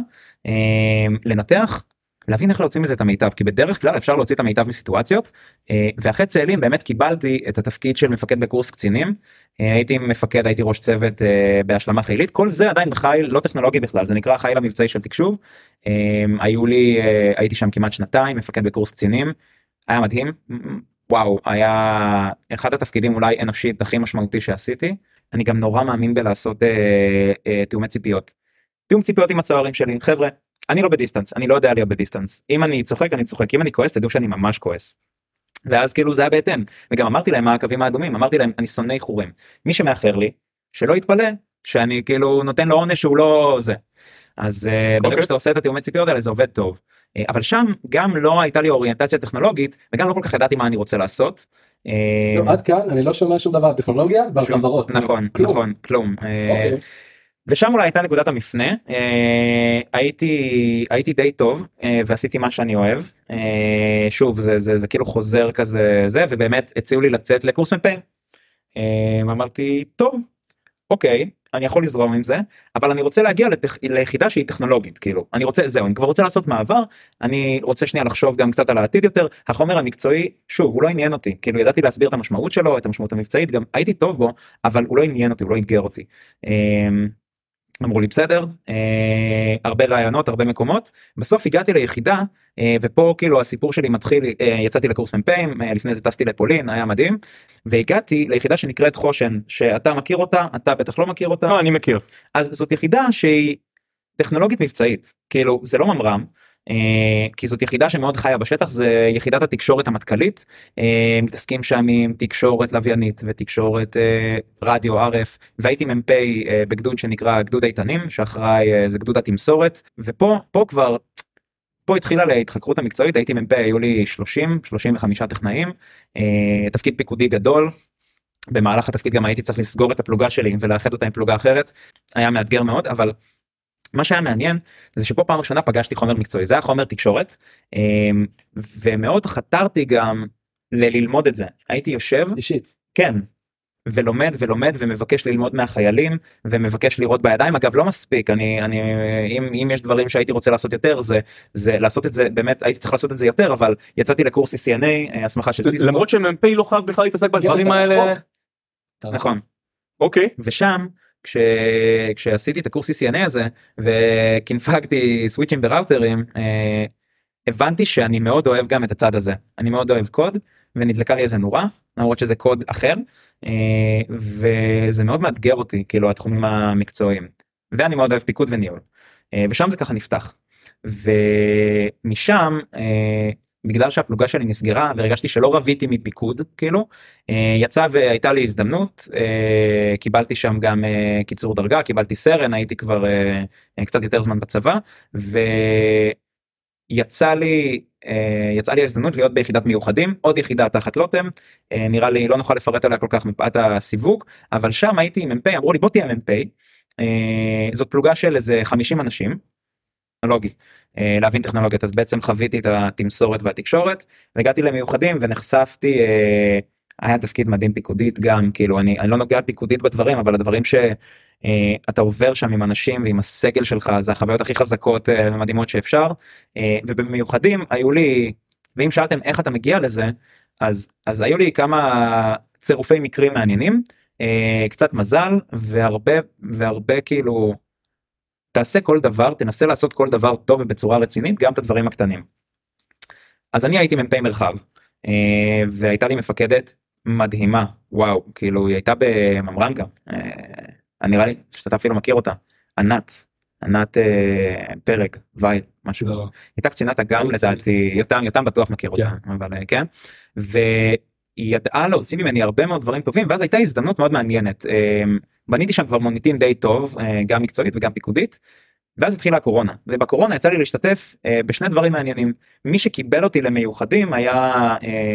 [SPEAKER 1] לנתח, להבין איך להוציא מזה את המיטב, כי בדרך כלל אפשר להוציא את המיטב מסיטואציות, ואחרי צאלים באמת קיבלתי את התפקיד של מפקד בקורס קצינים, הייתי מפקד, הייתי ראש צוות בהשלמה חילית, כל זה עדיין חיל לא טכנולוגי בכלל, זה נקרא חיל המבצעי של תקשוב, היו לי, הייתי שם כמעט שנתיים, מפקד בקורס קצינים, היה מדהים, וואו, היה אחד התפקידים אולי אנושית הכי משמעותי שעשיתי, אני גם נורא מאמין בלעשות אה, אה, תאומי ציפיות, תאום ציפיות עם הצוערים שלי, חבר'ה, אני לא בדיסטנס, אני לא יודע להיות בדיסטנס, אם אני צוחק אני צוחק, אם אני כועס תדעו שאני ממש כועס, ואז כאילו זה היה בהתאם, וגם אמרתי להם מה הקווים האדומים, אמרתי להם אני שונא איחורים, מי שמאחר לי, שלא יתפלא, שאני כאילו נותן לו עונש שהוא לא זה, אז okay. ברגע שאתה עושה את התאומי ציפיות האלה זה עובד טוב, אבל שם גם לא הייתה לי אוריינטציה טכנולוגית, וגם לא כל כך ידעתי מה אני רוצה לעשות.
[SPEAKER 3] עד כאן אני לא שומע שום דבר טכנולוגיה ועל חברות.
[SPEAKER 1] נכון, נכון, כלום. ושם אולי הייתה נקודת המפנה, הייתי, הייתי די טוב, ועשיתי מה שאני אוהב, שוב זה, זה, זה כאילו חוזר כזה זה, ובאמת הציעו לי לצאת לקורס מ"פ, אמרתי טוב, אוקיי, אני יכול לזרום עם זה, אבל אני רוצה להגיע לתח... ליחידה שהיא טכנולוגית, כאילו, אני רוצה, זהו, אני כבר רוצה לעשות מעבר, אני רוצה שנייה לחשוב גם קצת על העתיד יותר, החומר המקצועי, שוב, הוא לא עניין אותי, כאילו, ידעתי להסביר את המשמעות שלו, את המשמעות המבצעית, גם הייתי טוב בו, אבל הוא לא עניין אותי, הוא לא אתגר אותי. אמרו לי בסדר, אה, הרבה רעיונות, הרבה מקומות, בסוף הגעתי ליחידה, אה, ופה כאילו הסיפור שלי מתחיל, אה, יצאתי לקורס מ"פים, אה, לפני זה טסתי לפולין, היה מדהים, והגעתי ליחידה שנקראת חושן, שאתה מכיר אותה, אתה בטח לא מכיר אותה.
[SPEAKER 2] לא, אני מכיר.
[SPEAKER 1] אז זאת יחידה שהיא טכנולוגית מבצעית, כאילו זה לא ממר"ם, Uh, כי זאת יחידה שמאוד חיה בשטח, זה יחידת התקשורת המטכ"לית, uh, מתעסקים שם עם תקשורת לוויינית ותקשורת uh, רדיו אר אף, והייתי מ"פ uh, בגדוד שנקרא גדוד איתנים, שאחראי uh, זה גדוד התמסורת, ופה פה כבר, פה התחילה להתחקרות המקצועית, הייתי מ"פ, היו לי שלושים שלושים וחמישה טכנאים, uh, תפקיד פיקודי גדול, במהלך התפקיד גם הייתי צריך לסגור את הפלוגה שלי ולאחד אותה עם פלוגה אחרת, היה מאתגר מאוד, אבל מה שהיה מעניין זה שפה פעם ראשונה פגשתי חומר מקצועי, זה היה חומר תקשורת, ומאוד חתרתי גם ללמוד את זה, הייתי יושב,
[SPEAKER 3] אישית,
[SPEAKER 1] כן, ולומד ולומד ומבקש ללמוד מהחיילים ומבקש לראות בידיים, אגב לא מספיק, אני, אני, אם, אם יש דברים שהייתי רוצה לעשות יותר, זה, זה לעשות את זה, באמת הייתי צריך לעשות את זה יותר, אבל יצאתי לקורס סי סי אן איי, הסמכה של סיסקו.
[SPEAKER 2] למרות שמ"פ לא חייב בכלל להתעסק בדברים האלה.
[SPEAKER 1] נכון.
[SPEAKER 2] אוקיי.
[SPEAKER 1] ושם, כש... כשעשיתי את הקורס סי סי אן איי הזה וכנפגתי סוויצ'ים וראוטרים, אה, הבנתי שאני מאוד אוהב גם את הצד הזה, אני מאוד אוהב קוד ונדלקה לי איזה נורה, למרות שזה קוד אחר, אה, וזה מאוד מאתגר אותי, כאילו התחומים המקצועיים, ואני מאוד אוהב פיקוד וניהול, אה, ושם זה ככה נפתח, ומשם אה, בגלל שהפלוגה שלי נסגרה והרגשתי שלא רביתי מפיקוד, כאילו יצא והייתה לי הזדמנות, קיבלתי שם גם קיצור דרגה, קיבלתי סרן, הייתי כבר קצת יותר זמן בצבא, ויצא לי יצאה לי ההזדמנות להיות ביחידת מיוחדים, עוד יחידה תחת לוטם, נראה לי לא נוכל לפרט עליה כל כך מפאת הסיווג, אבל שם הייתי מ"פ, אמרו לי בוא תהיה מ"פ, זאת פלוגה של איזה חמישים אנשים, טכנולוגי, להבין טכנולוגיות, אז בעצם חוויתי את התמסורת והתקשורת, והגעתי למיוחדים ונחשפתי, היה תפקיד מדהים פיקודית גם, כאילו אני, אני לא נוגע פיקודית בדברים, אבל הדברים שאתה עובר שם עם אנשים ועם הסגל שלך, זה החוויות הכי חזקות ומדהימות שאפשר, ובמיוחדים היו לי, ואם שאלתם איך אתה מגיע לזה, אז, אז היו לי כמה צירופי מקרים מעניינים, קצת מזל, והרבה, והרבה כאילו, תעשה כל דבר, תנסה לעשות כל דבר טוב ובצורה רצינית, גם את הדברים הקטנים. אז אני הייתי מ"פ מרחב, והייתה לי מפקדת מדהימה, וואו, כאילו היא הייתה בממר"ם גם, אני נראה לי שאתה אפילו מכיר אותה, ענת, ענת פרק, וייל, משהו,
[SPEAKER 3] לא.
[SPEAKER 1] הייתה קצינת אג"ם לדעתי, יותם, יותם בטוח מכיר אותה, אבל כן, והיא ידעה להוציא ממני הרבה מאוד דברים טובים, ואז הייתה הזדמנות מאוד מעניינת, בניתי שם כבר מוניטין די טוב, גם מקצועית וגם פיקודית, ואז התחילה הקורונה, ובקורונה יצא לי להשתתף בשני דברים מעניינים. מי שקיבל אותי למיוחדים היה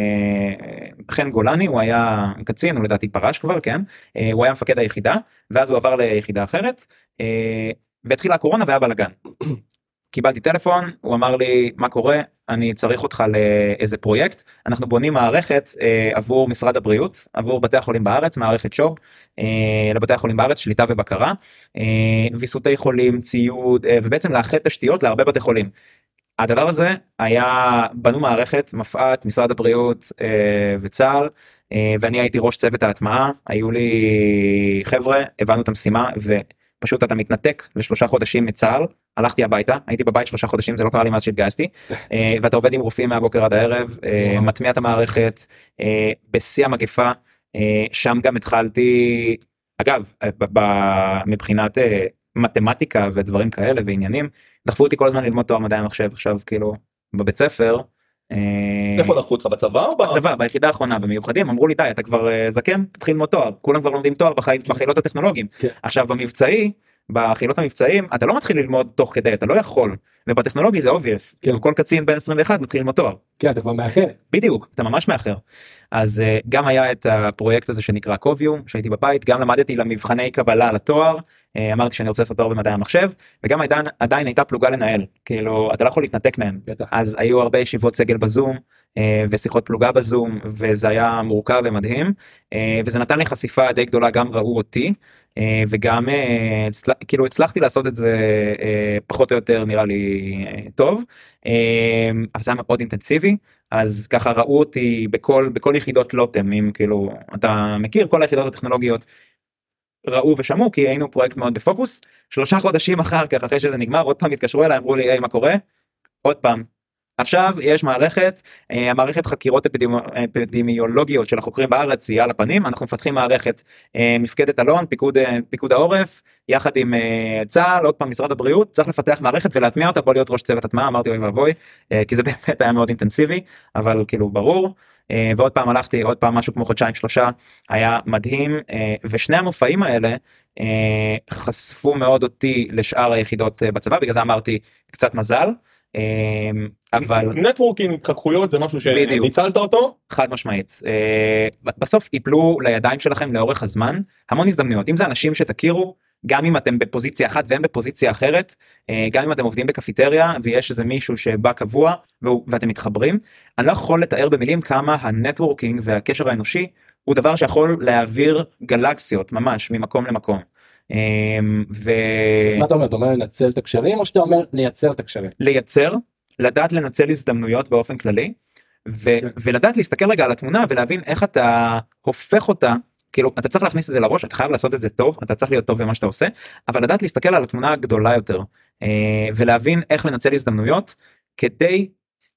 [SPEAKER 1] חן גולני, הוא היה קצין, הוא לדעתי פרש כבר, כן? הוא היה מפקד היחידה, ואז הוא עבר ליחידה אחרת, והתחילה הקורונה והיה בלגן. קיבלתי טלפון, הוא אמר לי מה קורה, אני צריך אותך לאיזה פרויקט, אנחנו בונים מערכת אה, עבור משרד הבריאות, עבור בתי החולים בארץ, מערכת שוב, אה, לבתי החולים בארץ, שליטה ובקרה, אה, ויסותי חולים, ציוד, אה, ובעצם לאחד תשתיות להרבה בתי חולים. הדבר הזה היה, בנו מערכת, מפעט, משרד הבריאות אה, וצה"ל, אה, ואני הייתי ראש צוות ההטמעה, היו לי חבר'ה, הבנו את המשימה, ו... פשוט אתה מתנתק לשלושה חודשים מצה"ל, הלכתי הביתה, הייתי בבית שלושה חודשים, זה לא קרה לי מאז שהתגייסתי, ואתה עובד עם רופאים מהבוקר עד הערב, מטמיע את המערכת, בשיא המגפה, שם גם התחלתי, אגב, מבחינת מתמטיקה ודברים כאלה ועניינים, דחפו אותי כל הזמן ללמוד תואר מדעי המחשב, עכשיו כאילו בבית ספר,
[SPEAKER 2] איפה לקחו אותך, בצבא או
[SPEAKER 1] בצבא? ביחידה האחרונה במיוחדים, אמרו לי די אתה כבר זקן, תתחיל ללמוד תואר, כולם כבר לומדים תואר בחילות הטכנולוגיים, עכשיו במבצעי, בחילות המבצעים אתה לא מתחיל ללמוד תוך כדי, אתה לא יכול, ובטכנולוגי זה obvious, כאילו כל קצין בין עשרים ואחת מתחיל ללמוד תואר.
[SPEAKER 3] כן, אתה כבר מאחר.
[SPEAKER 1] בדיוק, אתה ממש מאחר. אז גם היה את הפרויקט הזה שנקרא קוביום, שהייתי בבית, גם למדתי למבחני קבלה לתואר, אמרתי שאני רוצה לעשות תואר במדעי המחשב, וגם עדיין, עדיין הייתה פלוגה לנהל, כאילו אתה לא יכול להתנתק מהם, בטח. אז היו הרבה ישיבות סגל בזום, ושיחות פלוגה בזום, וזה היה מורכב ומדהים, וזה נתן לי חשיפה די גדולה, גם ראו אותי, וגם כאילו הצלחתי לעשות את זה פחות או יותר נראה לי טוב, אבל זה היה מאוד אינטנסיבי, אז ככה ראו אותי בכל, בכל יחידות לוטם, אם כאילו אתה מכיר כל היחידות הטכנולוגיות, ראו ושמעו כי היינו פרויקט מאוד בפוקוס. שלושה חודשים אחר כך, אחרי שזה נגמר, עוד פעם התקשרו אליי, אמרו לי, היי, מה קורה? עוד פעם. עכשיו יש מערכת, המערכת חקירות אפידמיולוגיות של החוקרים בארץ היא על הפנים, אנחנו מפתחים מערכת מפקדת אלון, פיקוד, פיקוד העורף, יחד עם צה"ל, עוד פעם משרד הבריאות, צריך לפתח מערכת ולהטמיע אותה, בוא להיות ראש צוות הטמעה, אמרתי אוי ואבוי, כי זה באמת היה מאוד אינטנסיבי, אבל כאילו ברור, ועוד פעם הלכתי, עוד פעם משהו כמו חודשיים שלושה, היה מדהים, ושני המופעים האלה חשפו מאוד אותי לשאר היחידות בצבא, בגלל זה אמרתי קצת מזל, אבל
[SPEAKER 2] נטוורקינג, התחככויות זה משהו שניצלת אותו
[SPEAKER 1] חד משמעית. בסוף ייפלו לידיים שלכם לאורך הזמן המון הזדמנויות, אם זה אנשים שתכירו, גם אם אתם בפוזיציה אחת והם בפוזיציה אחרת, גם אם אתם עובדים בקפיטריה ויש איזה מישהו שבא קבוע ואתם מתחברים, אני לא יכול לתאר במילים כמה הנטוורקינג והקשר האנושי הוא דבר שיכול להעביר גלקסיות ממש ממקום למקום.
[SPEAKER 3] ו... אז מה אתה אומר? אתה אומר לנצל את הקשרים או שאתה אומר לייצר את הקשרים?
[SPEAKER 1] לייצר, לדעת לנצל הזדמנויות באופן כללי, ו... ולדעת להסתכל רגע על התמונה ולהבין איך אתה הופך אותה, כאילו אתה צריך להכניס את זה לראש, אתה חייב לעשות את זה טוב, אתה צריך להיות טוב במה שאתה עושה, אבל לדעת להסתכל על התמונה הגדולה יותר, ולהבין איך לנצל הזדמנויות כדי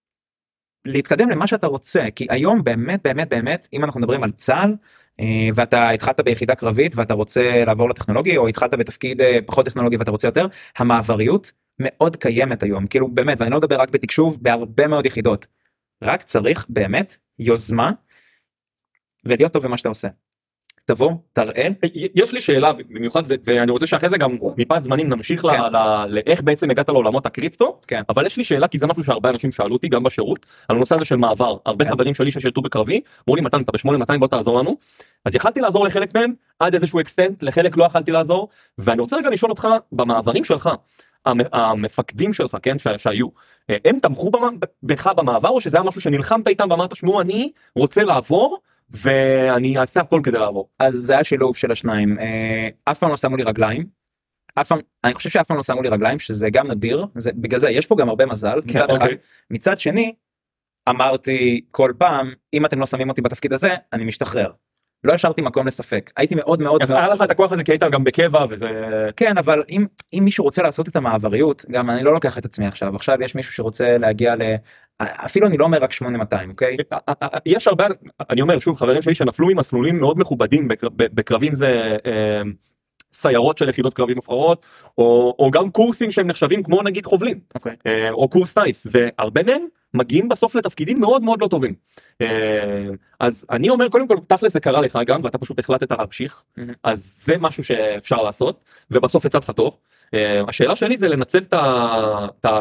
[SPEAKER 1] להתקדם למה שאתה רוצה, כי היום באמת באמת באמת, אם אנחנו מדברים על צה"ל, ואתה התחלת ביחידה קרבית ואתה רוצה לעבור לטכנולוגיה, או התחלת בתפקיד פחות טכנולוגי ואתה רוצה יותר, המעבריות מאוד קיימת היום, כאילו באמת, ואני לא מדבר רק בתקשוב, בהרבה מאוד יחידות, רק צריך באמת יוזמה, ולהיות טוב במה שאתה עושה. תבוא, תראה.
[SPEAKER 2] יש לי שאלה במיוחד, ואני רוצה שאחרי זה גם מפאת זמנים נמשיך לאיך בעצם הגעת לעולמות הקריפטו, אבל יש לי שאלה, כי זה משהו שהרבה אנשים שאלו אותי גם בשירות, על הנושא הזה של מעבר. הרבה חברים שלי ששירתו בקרבי, אמרו לי מתן, אתה ב-שמונה מאתיים, בוא תעזור לנו. אז יכלתי לעזור לחלק מהם, עד איזשהו אקסטנט, לחלק לא יכלתי לעזור, ואני רוצה רגע לשאול אותך, במעברים שלך, המפקדים שלך, כן, שהיו, הם תמכו בך במעבר, או שזה היה משהו שנלחמת איתם ואמרת, שמעו, אני רוצה לעבור, ואני אעשה הכל כדי לעבור.
[SPEAKER 1] אז זה היה שילוב של השניים, אף פעם לא שמו לי רגליים, אף פעם, אני חושב שאף פעם לא שמו לי רגליים, שזה גם נדיר, זה, בגלל זה יש פה גם הרבה מזל, מצד
[SPEAKER 2] כן,
[SPEAKER 1] אחד,
[SPEAKER 2] אוקיי.
[SPEAKER 1] מצד שני, אמרתי כל פעם, אם אתם לא שמים אותי בתפקיד הזה, אני משתחרר. לא השארתי מקום לספק, הייתי מאוד מאוד...
[SPEAKER 2] אז היה לך את הכוח הזה כי היית גם בקבע וזה...
[SPEAKER 1] כן, אבל אם, אם מישהו רוצה לעשות את המעבריות, גם אני לא לוקח את עצמי עכשיו, עכשיו יש מישהו שרוצה להגיע ל... אפילו אני לא אומר רק שמונה מאתיים, אוקיי?
[SPEAKER 2] יש הרבה, אני אומר שוב, חברים שלי שנפלו ממסלולים מאוד מכובדים, בקרבים זה סיירות של יחידות קרבים מובחרות, או, או גם קורסים שהם נחשבים כמו נגיד חובלים,
[SPEAKER 1] אוקיי.
[SPEAKER 2] או קורס טייס, והרבה מהם מגיעים בסוף לתפקידים מאוד מאוד לא טובים. אז אני אומר, קודם כל, תכל'ס זה קרה לך גם, ואתה פשוט החלטת להמשיך, אז זה משהו שאפשר לעשות, ובסוף יצא לך טוב. השאלה שלי זה לנצל את ה...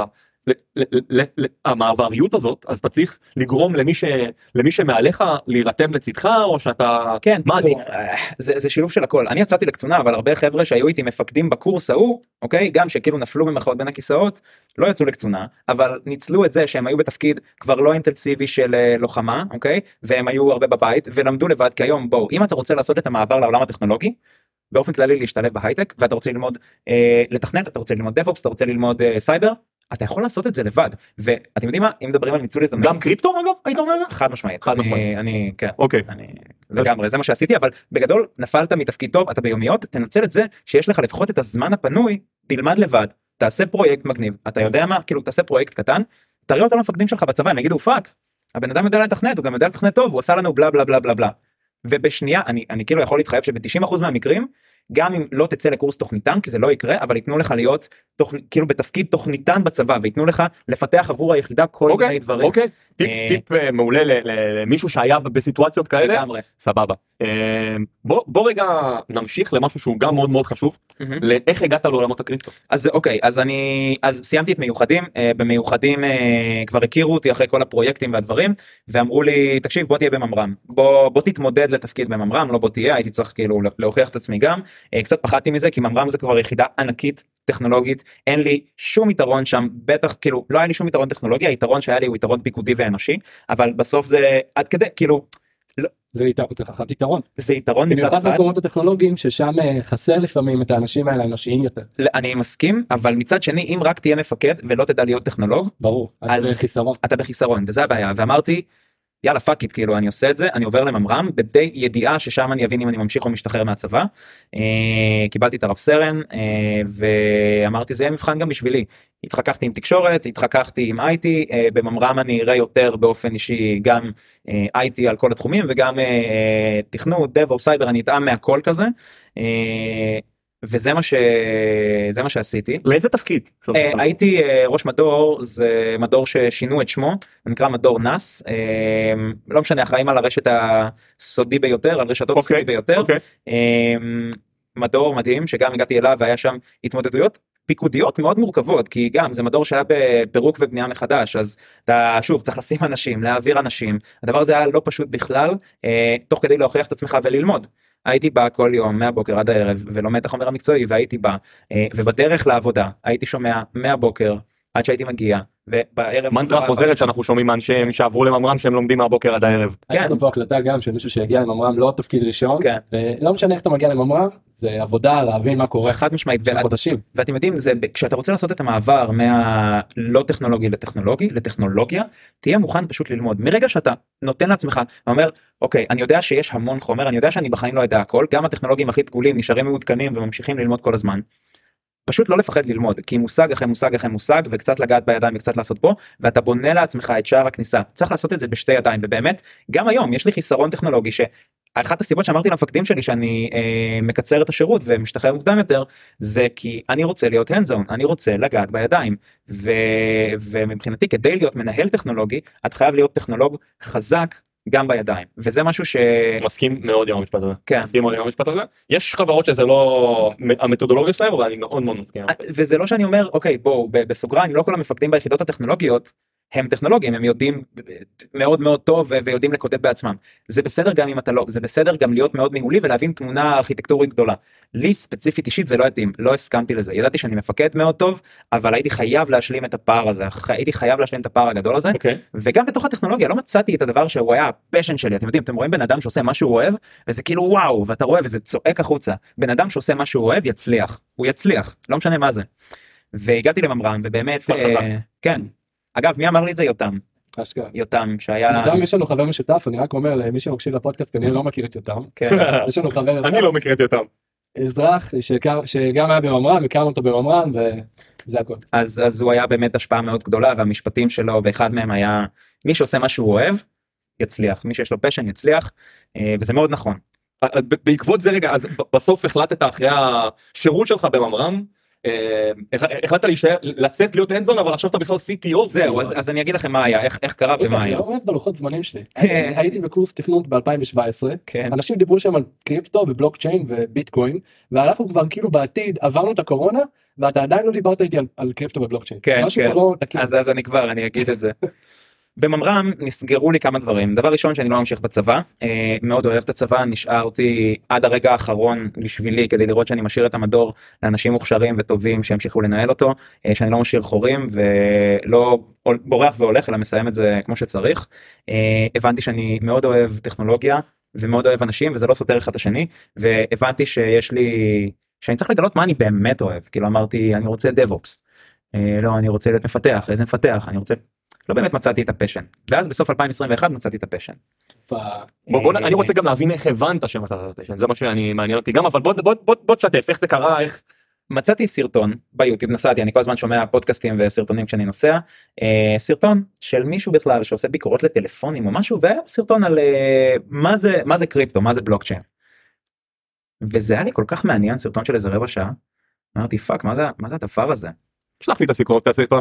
[SPEAKER 2] המעבריות הזאת, אז אתה צריך לגרום למי ש למי שמעליך להירתם לצדך, או שאתה...
[SPEAKER 1] כן,
[SPEAKER 2] מה עדיף?
[SPEAKER 1] זה, זה שילוב של הכל. אני יצאתי לקצונה, אבל הרבה חבר'ה שהיו איתי מפקדים בקורס ההוא, אוקיי, גם שכאילו נפלו במחאות בין הכיסאות, לא יצאו לקצונה, אבל ניצלו את זה שהם היו בתפקיד כבר לא אינטנסיבי של לוחמה, אוקיי, והם היו הרבה בבית, ולמדו לבד, כי היום בואו, אם אתה רוצה לעשות את המעבר לעולם הטכנולוגי, באופן כללי להשתלב בהייטק, ואתה רוצה ללמוד אה, לתכנת, אתה רוצה ללמוד DevOps, אתה רוצה ללמוד אה, סייבר, אתה יכול לעשות את זה לבד, ואתם יודעים מה, אם מדברים על ניצול הזדמנות,
[SPEAKER 2] גם קריפטו אגב, היית אומר?
[SPEAKER 1] חד משמעית,
[SPEAKER 2] חד משמעית.
[SPEAKER 1] אני, אני, כן,
[SPEAKER 2] אוקיי.
[SPEAKER 1] אני, לגמרי, זה מה שעשיתי, אבל בגדול נפלת מתפקיד טוב, אתה ביומיות, תנצל את זה, שיש לך לפחות את הזמן הפנוי, תלמד לבד, תעשה פרויקט מגניב, אתה יודע מה, כאילו תעשה פרויקט קטן, תראה אותו למפקדים שלך בצבא, הם יגידו, פאק, הבן אדם יודע לתכנת, הוא גם יודע לתכנת טוב, הוא עשה לנו בלה בלה בלה בלה בלה, ובשנייה, אני, אני כאילו יכול להתחייב שב-תשעים אחוז מהמקרים, גם אם לא תצא לקורס תוכניתן, כי זה לא יקרה, אבל ייתנו לך להיות תוכ... כאילו בתפקיד תוכניתן בצבא, וייתנו לך לפתח עבור היחידה כל
[SPEAKER 2] אוקיי,
[SPEAKER 1] מיני דברים.
[SPEAKER 2] אוקיי, טיפ, אה... טיפ uh, מעולה למישהו שהיה בסיטואציות כאלה.
[SPEAKER 1] לגמרי.
[SPEAKER 2] סבבה. Uh, בוא, בוא רגע נמשיך למשהו שהוא גם מאוד מאוד חשוב, mm-hmm. לאיך הגעת לעולמות הקריפטו.
[SPEAKER 1] אז אוקיי, אז אני, אז סיימתי את מיוחדים, uh, במיוחדים uh, כבר הכירו אותי אחרי כל הפרויקטים והדברים, ואמרו לי, תקשיב, בוא תהיה בממר"ם, בוא, בוא תתמודד לתפקיד בממר"ם, לא בוא תהיה, הייתי צריך כאילו להוכיח את עצמי גם. קצת פחדתי מזה, כי ממר"ם זה כבר יחידה ענקית טכנולוגית, אין לי שום יתרון שם, בטח כאילו לא היה לי שום יתרון טכנולוגי, היתרון שהיה לי הוא יתרון פיקודי ואנושי, אבל בסוף זה עד כדי כאילו לא,
[SPEAKER 3] זה יתרון, יתרון.
[SPEAKER 1] זה יתרון מצד אחד.
[SPEAKER 3] במיוחד במקומות הטכנולוגיים ששם חסר לפעמים את האנשים האלה האנושיים יותר.
[SPEAKER 1] אני מסכים, אבל מצד שני אם רק תהיה מפקד ולא תדע להיות טכנולוג,
[SPEAKER 3] ברור, אתה בחיסרון.
[SPEAKER 1] אתה בחיסרון, וזה הבעיה, ואמרתי יאללה פאק איט, כאילו אני עושה את זה, אני עובר לממר"ם בדי ידיעה ששם אני אבין אם אני ממשיך או משתחרר מהצבא. קיבלתי את הרב סרן ואמרתי זה יהיה מבחן גם בשבילי. התחככתי עם תקשורת, התחככתי עם איי טי, בממר"ם אני אראה יותר באופן אישי גם איי טי על כל התחומים וגם תכנות, דב, סייבר, אני אטעם מהכל כזה. וזה מה ש... זה מה שעשיתי.
[SPEAKER 2] לאיזה תפקיד?
[SPEAKER 1] הייתי ראש מדור, זה מדור ששינו את שמו, זה נקרא מדור נאס, לא משנה, אחראים על הרשת הסודי ביותר, על רשתות הסודי ביותר. מדור מדהים שגם הגעתי אליו והיה שם התמודדויות פיקודיות מאוד מורכבות, כי גם זה מדור שהיה בפירוק ובנייה מחדש, אז אתה שוב צריך לשים אנשים, להעביר אנשים, הדבר הזה היה לא פשוט בכלל, תוך כדי להוכיח את עצמך וללמוד. הייתי בא כל יום מהבוקר עד הערב ולומד את החומר המקצועי, והייתי בא ובדרך לעבודה הייתי שומע מהבוקר עד שהייתי מגיע, ובערב
[SPEAKER 2] מנטרה חוזרת שאנחנו שומעים מאנשי שעברו לממר"ם שהם לומדים מהבוקר עד הערב.
[SPEAKER 3] כן. היינו פה הקלטה גם של מישהו שהגיע לממר"ם לא תפקיד ראשון, ולא משנה איך אתה מגיע לממר"ם, זה עבודה להבין מה קורה.
[SPEAKER 1] חד משמעית, ואתם יודעים, זה כשאתה רוצה לעשות את המעבר מהלא טכנולוגי לטכנולוגי לטכנולוגיה, תהיה מוכן פשוט ללמוד. מרגע שאתה נותן לעצמך, ואומר, אוקיי, אני יודע שיש המון חומר, אני יודע שאני בחיים לא יודע הכל, גם הטכנולוגים הכי דגולים נשארים מעודכנים וממשיכים ללמוד כל הזמן. פשוט לא לפחד ללמוד, כי מושג אחרי מושג אחרי מושג, וקצת לגעת בידיים וקצת לעשות פה, ואתה בונה לעצמך את שער הכניסה. צריך לעשות את זה בשתי ידיים, ובאמת, גם היום יש לי חיסרון טכנולוגי, שאחת הסיבות שאמרתי למפקדים שלי, שאני אה, מקצר את השירות ומשתחרר מוקדם יותר, זה כי אני רוצה להיות hands on, אני רוצה לגעת בידיים, ו, ומבחינתי כדי להיות מנהל טכנולוגי, את חייב להיות טכנולוג חזק, גם בידיים, וזה משהו ש...
[SPEAKER 2] מסכים מאוד עם המשפט הזה.
[SPEAKER 1] כן.
[SPEAKER 2] מסכים מאוד עם המשפט הזה. יש חברות שזה לא המתודולוגיה שלהם, אבל אני מאוד מאוד מסכים.
[SPEAKER 1] וזה לא שאני אומר, אוקיי, בואו, בסוגריים, לא כל המפקדים ביחידות הטכנולוגיות הם טכנולוגיים, הם יודעים מאוד מאוד טוב ויודעים לקודד בעצמם. זה בסדר גם אם אתה לא, זה בסדר גם להיות מאוד ניהולי ולהבין תמונה ארכיטקטורית גדולה. לי ספציפית אישית זה לא התאים, לא הסכמתי לזה. ידעתי שאני מפקד מאוד טוב, אבל הייתי חייב להשלים את הפער הזה, הייתי חייב להשלים את הפער הגדול הזה.
[SPEAKER 2] Okay.
[SPEAKER 1] וגם בתוך הטכנולוגיה לא מצאתי את הדבר שהוא היה הפשן שלי. אתם יודעים, אתם רואים בן אדם שעושה מה שהוא אוהב, וזה כאילו וואו, ואתה רואה וזה צועק החוצה. בן אדם שעושה מה שהוא אוהב יצליח, הוא יצליח, לא משנה מה זה. והגעתי לממר"ם ובאמת אה, כן. אגב, מי אמר לי את זה? יותם. יותם, שהיה...
[SPEAKER 3] יותם, יש לנו חבר משותף, אני רק אומר למי שמקשיב לפודקאסט, כנראה לא מכיר את יותם. יש לנו חבר...
[SPEAKER 2] אני לא מכיר את יותם.
[SPEAKER 3] אזרח שגם היה בממר"ם, הכרנו אותו בממר"ם, וזה הכל.
[SPEAKER 1] אז הוא היה באמת השפעה מאוד גדולה, והמשפטים שלו, ואחד מהם היה, מי שעושה מה שהוא אוהב, יצליח. מי שיש לו פשן, יצליח, וזה מאוד נכון.
[SPEAKER 2] בעקבות זה רגע, אז בסוף החלטת אחרי השירות שלך בממר"ם, החלטת להישאר, לצאת להיות הנדזון, אבל עכשיו אתה בכלל סי טי או.
[SPEAKER 1] זהו, אז אני אגיד לכם מה היה, איך קרה ומה היה.
[SPEAKER 3] זה לא עומד בלוחות זמנים שלי. הייתי בקורס תכנות ב-אלפיים שבע עשרה, אנשים דיברו שם על קריפטו ובלוקצ'יין וביטקוין, ואנחנו כבר כאילו בעתיד עברנו את הקורונה, ואתה עדיין לא דיברת איתי על קריפטו ובלוקצ'יין.
[SPEAKER 1] כן, כן, אז אני כבר, אני אגיד את זה. בממר"ם נסגרו לי כמה דברים. דבר ראשון, שאני לא ממשיך בצבא, אה, מאוד אוהב את הצבא, נשארתי עד הרגע האחרון בשבילי כדי לראות שאני משאיר את המדור לאנשים מוכשרים וטובים שימשיכו לנהל אותו, אה, שאני לא משאיר חורים ולא בורח והולך אלא מסיים את זה כמו שצריך. אה, הבנתי שאני מאוד אוהב טכנולוגיה ומאוד אוהב אנשים, וזה לא סותר אחד את השני, והבנתי שיש לי, שאני צריך לגלות מה אני באמת אוהב. כאילו אמרתי, אני רוצה דב-אופס, אה, לא, אני רוצה להיות מפתח, איזה מפתח, אני רוצה, לא באמת מצאתי את הפשן, ואז בסוף אלפיים עשרים ואחת מצאתי את הפשן.
[SPEAKER 2] בוא, אני רוצה גם להבין איך הבנת שמצאת את הפשן, זה מה שאני מעניין אותי גם, אבל בוא תשתף, איך זה קרה, איך...
[SPEAKER 1] מצאתי סרטון ביוטיוב, נסעתי, אני כל הזמן שומע פודקאסטים וסרטונים כשאני נוסע, סרטון של מישהו בכלל שעושה ביקורות לטלפונים או משהו, והיה סרטון על מה זה, מה זה קריפטו, מה זה בלוקצ'יין. וזה היה לי כל כך מעניין, סרטון של איזה רבע שעה, אמרתי פאק, מה זה, מה זה הדבר הזה?
[SPEAKER 2] שלח לי את הסיכום, את הסרטון,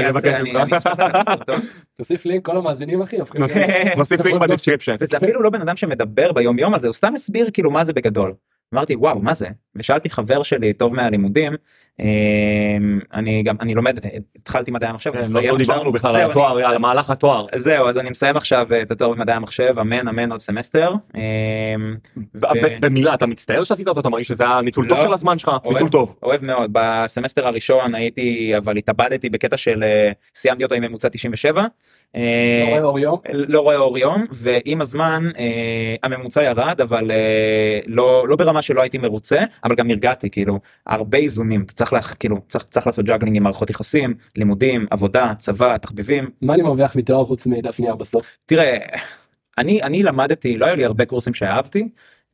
[SPEAKER 3] תוסיף לינק, כל המאזינים אחי,
[SPEAKER 2] נוסיף לינק בדיסקריפשן.
[SPEAKER 1] וזה אפילו לא בן אדם שמדבר ביום יום על זה, הוא סתם הסביר כאילו מה זה בגדול. אמרתי וואו מה זה, ושאלתי חבר שלי טוב מהלימודים, אני גם אני לומד, התחלתי מדעי המחשב,
[SPEAKER 2] לא דיברנו בכלל על התואר, על מהלך התואר.
[SPEAKER 1] זהו, אז אני מסיים עכשיו את התואר במדעי המחשב, אמן אמן עוד סמסטר.
[SPEAKER 2] במילה, אתה מצטער שעשית אותו, אתה מרגיש שזה היה ניצול טוב של הזמן שלך, ניצול טוב.
[SPEAKER 1] אוהב מאוד, בסמסטר הראשון הייתי, אבל התאבדתי בקטע של, סיימתי אותו עם ממוצע תשעים ושבע.
[SPEAKER 3] לא רואה אור יום?
[SPEAKER 1] לא רואה אור יום, ועם הזמן הממוצע ירד, אבל לא ברמה שלא הייתי מרוצה, אבל גם הרגעתי, כאילו, הרבה איזונים, צריך כאילו, צריך לעשות ג'אגלינג עם מערכות יחסים, לימודים, עבודה, צבא, תחביבים.
[SPEAKER 3] מה אני מרוויח מתואר חוץ מדף נייר בסוף?
[SPEAKER 1] תראה, אני אני למדתי, לא היה לי הרבה קורסים שאהבתי,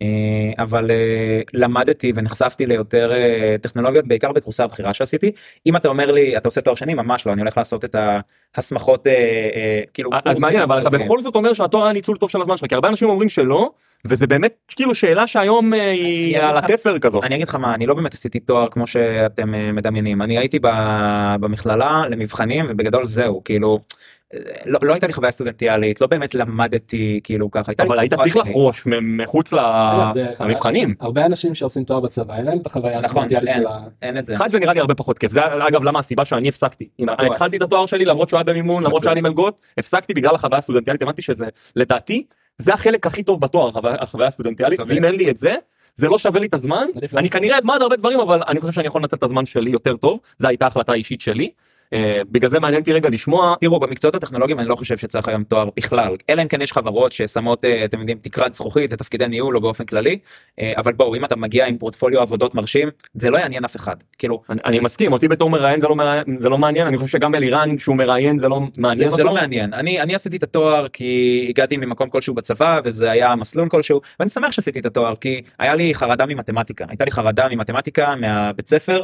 [SPEAKER 1] אבל למדתי ונחשפתי ליותר טכנולוגיות בעיקר בקורסי הבחירה שעשיתי. אם אתה אומר לי אתה עושה תואר שני, ממש לא, אני הולך לעשות את ההסמכות כאילו.
[SPEAKER 2] אז מעניין, אבל אתה בכל זאת אומר שהתואר היה ניצול טוב של הזמן שלך, כי הרבה אנשים אומרים שלא, וזה באמת כאילו שאלה שהיום היא על התפר כזו.
[SPEAKER 1] אני אגיד לך מה, אני לא באמת עשיתי תואר כמו שאתם מדמיינים, אני הייתי במכללה למבחנים ובגדול זהו, כאילו לא, לא הייתה לי חוויה סטודנטיאלית, לא באמת למדתי כאילו ככה.
[SPEAKER 2] אבל היית צריך לחרוש מחוץ למבחנים.
[SPEAKER 3] הרבה אנשים שעושים תואר בצבא, אין להם את החוויה הסטודנטיאלית של ה...
[SPEAKER 1] אין את זה.
[SPEAKER 2] אחד, זה נראה לי הרבה פחות כיף, זה אגב למה הסיבה שאני הפסקתי. התחלתי את התואר שלי למרות שהוא היה במימון, למרות שהיה לי מלגות, הפסקתי בגלל החוויה הסטודנטיאלית, הבנתי שזה לדעתי זה החלק הכי טוב בתואר, החוויה הסטודנטיאלית, ואם אין לי את זה, זה לא שווה לי את הזמן. אני כנראה אדמד הרבה דברים, אבל אני חושב שאני יכול לנצל את הזמן שלי יותר טוב, זו הייתה החלטה אישית שלי. בגלל זה מעניין אותי רגע לשמוע.
[SPEAKER 1] תראו, במקצועות הטכנולוגיים אני לא חושב שצריך היום תואר בכלל, אלא אם כן יש חברות ששמות, אתם יודעים, תקרת זכוכית לתפקידי ניהול או באופן כללי, אבל בואו, אם אתה מגיע עם פורטפוליו עבודות מרשים, זה לא יעניין אף אחד. כאילו,
[SPEAKER 2] אני מסכים, אותי בתור מראיין זה לא מעניין, אני חושב שגם אלירן שהוא מראיין זה לא מעניין.
[SPEAKER 1] זה לא מעניין. אני עשיתי את התואר כי הגעתי ממקום כלשהו בצבא וזה היה מסלול כלשהו, ואני שמח שעשיתי את התואר כי היה לי חרדה ממתמטיקה, הייתה לי חרדה ממתמטיקה מהבית ספר,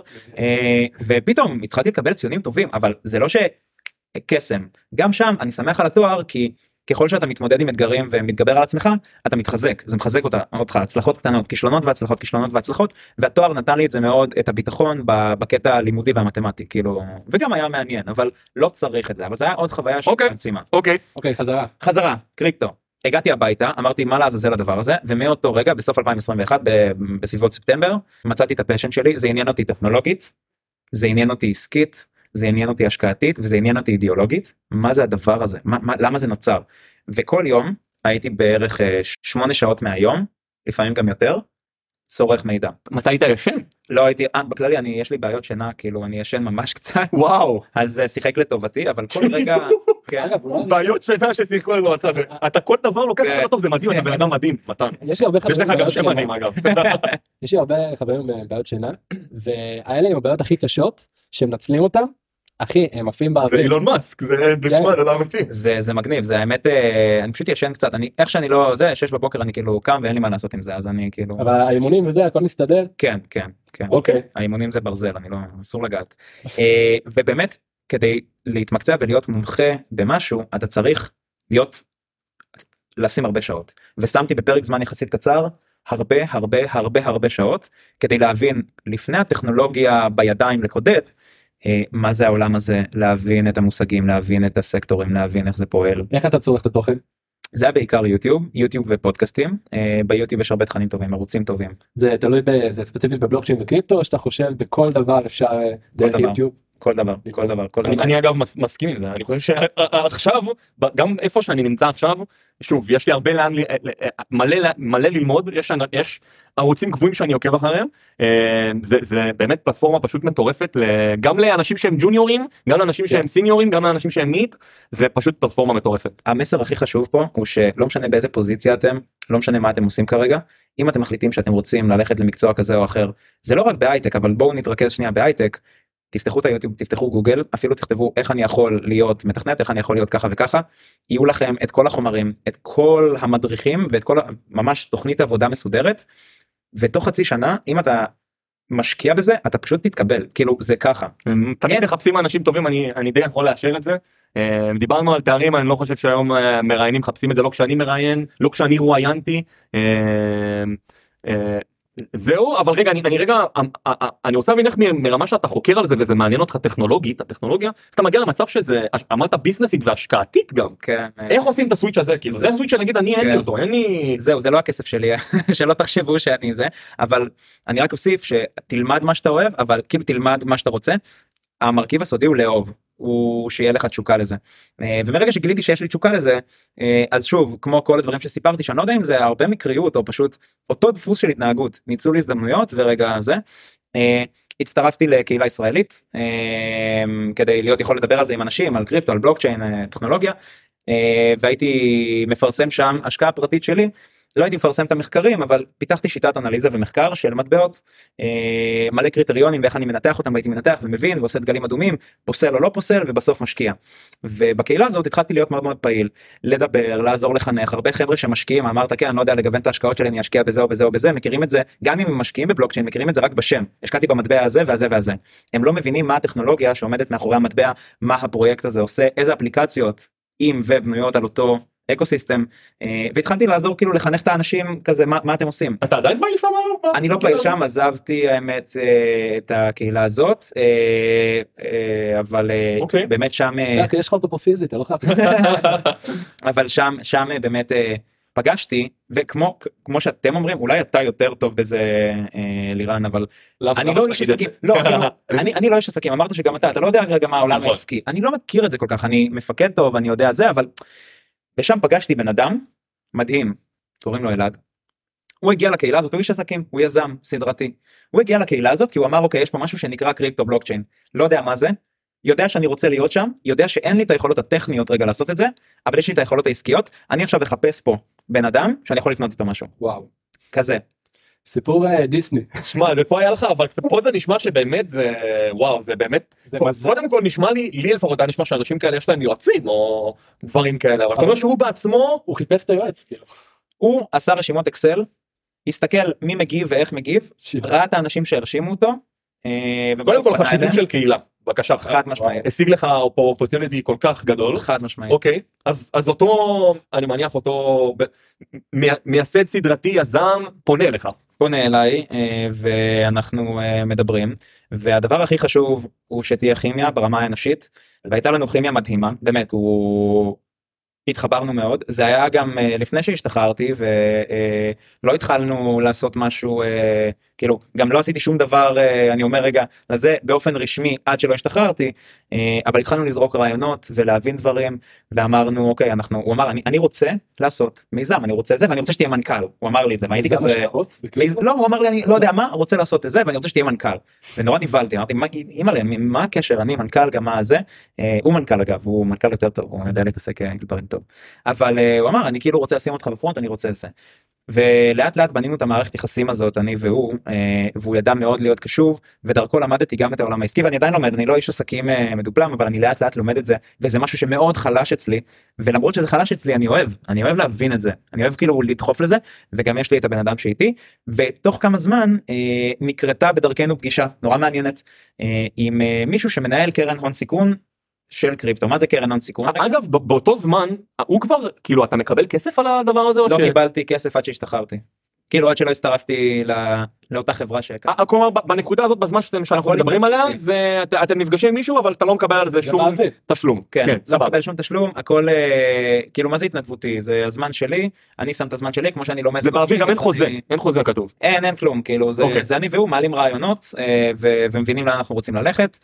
[SPEAKER 1] ופתאום התחלתי לקבל ציונים טובים, אבל זה לא שקסם. גם שם אני שמח על התואר כי ככל שאתה מתמודד עם אתגרים ומתגבר על עצמך, אתה מתחזק, זה מחזק אותה, אותך, הצלחות קטנות, כישלונות והצלחות, כישלונות והצלחות, והתואר נתן לי את זה מאוד, את הביטחון בקטע הלימודי והמתמטי, כאילו, וגם היה מעניין, אבל לא צריך את זה, אבל זה היה עוד חוויה של עצימה.
[SPEAKER 2] אוקיי,
[SPEAKER 3] אוקיי, חזרה.
[SPEAKER 1] חזרה, קריפטו. הגעתי הביתה, אמרתי מה לעזאזל הדבר הזה, ומאותו רגע, בסוף אלפיים עשרים ואחת, בסביבות ספטמבר, מצאתי את הפשן שלי, זה עניין אותי טכנולוגית, זה עניין אותי עסקית, זה עניין אותי השקעתית וזה עניין אותי אידיאולוגית. מה זה הדבר הזה? מה, מה, למה זה נוצר? וכל יום הייתי בערך שמונה שעות מהיום, לפעמים גם יותר, צורך מידע.
[SPEAKER 2] מתי היית ישן?
[SPEAKER 1] לא הייתי, בכללי אני, יש לי בעיות שינה, כאילו אני ישן ממש קצת.
[SPEAKER 2] וואו.
[SPEAKER 1] אז שיחק לטובתי, אבל כל רגע...
[SPEAKER 2] בעיות שינה ששיחקו לטובתך. אתה כל דבר לוקח לך טוב, זה מדהים, אתה בן אדם מדהים, מתן.
[SPEAKER 3] יש לי הרבה חברים
[SPEAKER 2] יש לך גם שם מדהים אגב.
[SPEAKER 3] יש לי הרבה חברים בבעיות שינה, והיה לי עם הבעיות הכי קשות, שמנצלים אותם, אחי, הם עפים באוויר.
[SPEAKER 2] זה אילון מאסק, זה נשמע, זה לא אמיתי.
[SPEAKER 1] זה מגניב, זה האמת, אני פשוט ישן קצת, אני, איך שאני לא, זה, שש בבוקר אני כאילו קם ואין לי מה לעשות עם זה, אז אני כאילו...
[SPEAKER 3] אבל האימונים וזה, הכל מסתדר?
[SPEAKER 1] כן, כן, כן.
[SPEAKER 3] אוקיי.
[SPEAKER 1] האימונים זה ברזל, אני לא, אסור לגעת. ובאמת, כדי להתמקצע ולהיות מומחה במשהו, אתה צריך להיות, לשים הרבה שעות. ושמתי בפרק זמן יחסית קצר, הרבה הרבה הרבה הרבה שעות, כדי להבין לפני הטכנולוגיה בידיים לקודד, מה זה העולם הזה, להבין את המושגים, להבין את הסקטורים, להבין איך זה פועל.
[SPEAKER 3] איך אתה צורך את התוכן?
[SPEAKER 1] זה היה בעיקר יוטיוב, יוטיוב ופודקאסטים. ביוטיוב יש הרבה תכנים טובים, ערוצים טובים.
[SPEAKER 3] זה תלוי, זה ספציפית בבלוקצ'יין וקריפטו, או שאתה חושב בכל דבר אפשר דרך יוטיוב?
[SPEAKER 1] כל דבר, כל דבר, כל דבר.
[SPEAKER 2] אני אגב מסכים עם זה, אני חושב שעכשיו, גם איפה שאני נמצא עכשיו, שוב, יש לי הרבה לאן, מלא ללמוד, יש ערוצים קבועים שאני עוקב אחריהם, זה באמת פלטפורמה פשוט מטורפת, גם לאנשים שהם ג'וניורים, גם לאנשים שהם סיניורים, גם לאנשים שהם מיט, זה פשוט פלטפורמה מטורפת.
[SPEAKER 1] המסר הכי חשוב פה הוא שלא משנה באיזה פוזיציה אתם, לא משנה מה אתם עושים כרגע, אם אתם מחליטים שאתם רוצים ללכת למקצוע כזה או אחר, זה לא רק בהייטק, אבל בואו נתרכז שנייה בהייטק, תפתחו את היוטיוב, תפתחו גוגל, אפילו תכתבו איך אני יכול להיות מתכנת, איך אני יכול להיות ככה וככה, יהיו לכם את כל החומרים, את כל המדריכים ואת כל ממש תוכנית עבודה מסודרת, ותוך חצי שנה אם אתה משקיע בזה אתה פשוט תתקבל, כאילו זה ככה.
[SPEAKER 2] תמיד מחפשים אנשים טובים, אני אני די יכול לאשר את זה. דיברנו על תארים, אני לא חושב שהיום מראיינים מחפשים את זה, לא כשאני מראיין, לא כשאני רואיינתי. זהו, אבל רגע, אני, אני רגע, אני רוצה להבין איך מרמה שאתה חוקר על זה וזה מעניין אותך טכנולוגית, הטכנולוגיה, אתה מגיע למצב שזה, אמרת ביזנסית והשקעתית גם.
[SPEAKER 1] כן.
[SPEAKER 2] איך עושים את הסוויץ' הזה? כאילו, זה הסוויץ' שנגיד אני אין לי אותו, אין לי...
[SPEAKER 1] זהו, זה לא הכסף שלי, שלא תחשבו שאני זה, אבל אני רק אוסיף שתלמד מה שאתה אוהב, אבל כאילו תלמד מה שאתה רוצה. המרכיב הסודי הוא לאהוב, הוא שיהיה לך תשוקה לזה, ומרגע שגיליתי שיש לי תשוקה לזה, אז שוב, כמו כל הדברים שסיפרתי, שאני לא יודע אם זה הרבה מקריות או פשוט אותו דפוס של התנהגות, ניצול הזדמנויות ורגע זה, הצטרפתי לקהילה ישראלית, כדי להיות יכול לדבר על זה עם אנשים, על קריפטו, על בלוקצ'יין, טכנולוגיה, והייתי מפרסם שם השקעה פרטית שלי, לא הייתי מפרסם את המחקרים, אבל פיתחתי שיטת אנליזה ומחקר של מטבעות, אה, מלא קריטריונים ואיך אני מנתח אותם, והייתי מנתח ומבין ועושה דגלים אדומים, פוסל או לא פוסל, ובסוף משקיע. ובקהילה הזאת התחלתי להיות מאוד מאוד פעיל, לדבר, לעזור לחנך, הרבה חבר'ה שמשקיעים, אמרת כן, אני לא יודע לגוון את ההשקעות שלי, אני אשקיע בזה או בזה או בזה, מכירים את זה, גם אם הם משקיעים בבלוקצ'יין, מכירים את זה רק בשם, השקעתי במטבע הזה והזה והזה. הם לא מבינים מה הטכנולוגיה שעומדת מאחורי המטבע, מה הפרויקט הזה עושה, איזה אפליקציות עם ובנויות על אותו אקוסיסטם, והתחלתי לעזור כאילו לחנך את האנשים כזה, מה, מה אתם עושים?
[SPEAKER 2] אתה עדיין פעיל שם?
[SPEAKER 1] אני לא פעיל שם, עזבתי האמת את הקהילה הזאת, אבל באמת שם...
[SPEAKER 3] יש לך אותו פה פיזית, אתה לא חייב.
[SPEAKER 1] אבל שם, שם באמת פגשתי, וכמו כמו שאתם אומרים, אולי אתה יותר טוב בזה לירן, אבל אני לא איש עסקים, לא, אני לא איש עסקים, אמרת שגם אתה, אתה לא יודע רגע מה העולם העסקי, אני לא מכיר את זה כל כך, אני מפקד טוב, אני יודע זה, אבל ושם פגשתי בן אדם מדהים, קוראים לו אלעד, הוא הגיע לקהילה הזאת, הוא איש עסקים, הוא יזם סדרתי, הוא הגיע לקהילה הזאת כי הוא אמר אוקיי, יש פה משהו שנקרא קריפטו בלוקצ'יין, לא יודע מה זה, יודע שאני רוצה להיות שם, יודע שאין לי את היכולות הטכניות רגע לעשות את זה, אבל יש לי את היכולות העסקיות, אני עכשיו אחפש פה בן אדם שאני יכול לפנות איתו משהו.
[SPEAKER 3] וואו.
[SPEAKER 1] כזה.
[SPEAKER 3] סיפור דיסני.
[SPEAKER 2] שמע, זה פה היה לך, אבל פה זה נשמע שבאמת זה, וואו, זה באמת, קודם כל נשמע לי, לי לפחות היה נשמע שאנשים כאלה יש להם יועצים או דברים כאלה, אבל כמו שהוא בעצמו,
[SPEAKER 3] הוא חיפש את היועץ, כאילו.
[SPEAKER 1] הוא עשה רשימות אקסל, הסתכל מי מגיב ואיך מגיב, ראה את האנשים שהרשימו אותו,
[SPEAKER 2] קודם כל חשיבות של קהילה, בבקשה,
[SPEAKER 1] חד משמעית.
[SPEAKER 2] השיג לך אופורטוניטי כל כך גדול.
[SPEAKER 1] חד משמעית.
[SPEAKER 2] אוקיי, אז אז אותו, אני מניח אותו מייסד סדרתי יזם פונה אליך.
[SPEAKER 1] פונה אליי ואנחנו מדברים, והדבר הכי חשוב הוא שתהיה כימיה ברמה האנושית, והייתה לנו כימיה מדהימה, באמת, הוא... התחברנו מאוד, זה היה גם לפני שהשתחררתי ולא התחלנו לעשות משהו, כאילו גם לא עשיתי שום דבר, אני אומר רגע, לזה באופן רשמי עד שלא השתחררתי, אבל התחלנו לזרוק רעיונות ולהבין דברים, ואמרנו אוקיי, אנחנו, הוא אמר אני, אני רוצה לעשות מיזם, אני רוצה זה ואני רוצה שתהיה מנכ"ל, הוא אמר לי את זה, והייתי כזה, לא, הוא אמר לי אני לא יודע מה, רוצה לעשות את זה ואני רוצה שתהיה מנכ"ל, ונורא נבלתי, אמרתי אמא להם, מה הקשר, אני מנכ"ל גם מה זה, הוא מנכ"ל אגב, הוא מנכ"ל יותר טוב, הוא יודע להתעסק עם דברים טוב. אבל uh, הוא אמר אני כאילו רוצה לשים אותך בפרונט, אני רוצה את זה, ולאט לאט בנינו את המערכת יחסים הזאת אני והוא, uh, והוא ידע מאוד להיות קשוב, ודרכו למדתי גם את העולם העסקי, ואני עדיין לומד, אני לא איש עסקים uh, מדופלם, אבל אני לאט לאט לומד את זה, וזה משהו שמאוד חלש אצלי, ולמרות שזה חלש אצלי אני אוהב, אני אוהב להבין את זה, אני אוהב כאילו לדחוף לזה, וגם יש לי את הבן אדם שאיתי, ותוך כמה זמן uh, נקרתה בדרכנו פגישה נורא מעניינת, uh, עם uh, מישהו שמנהל קרן הון סיכון, של קריפטו. מה זה קרן הון סיכון?
[SPEAKER 2] אגב, באותו זמן, הוא כבר, כאילו, אתה מקבל כסף על הדבר הזה?
[SPEAKER 1] לא קיבלתי כסף עד שהשתחררתי. כאילו, עד שלא הצטרפתי לאותה חברה שהקמתי.
[SPEAKER 2] כלומר, בנקודה הזאת, בזמן שאנחנו מדברים עליה, אתם נפגשים עם מישהו, אבל אתה לא מקבל על זה שום תשלום.
[SPEAKER 1] כן, לא מקבל שום תשלום, הכל, כאילו, מה זה התנדבותי? זה הזמן שלי, אני שם את הזמן שלי, כמו שאני לומד.
[SPEAKER 2] זה באוויר, גם אין חוזה, אין חוזה כתוב.
[SPEAKER 1] אין, אין כלום, כאילו, זה אני והוא מעלים רעיונות, ומבינים לאן אנחנו רוצים ללכת,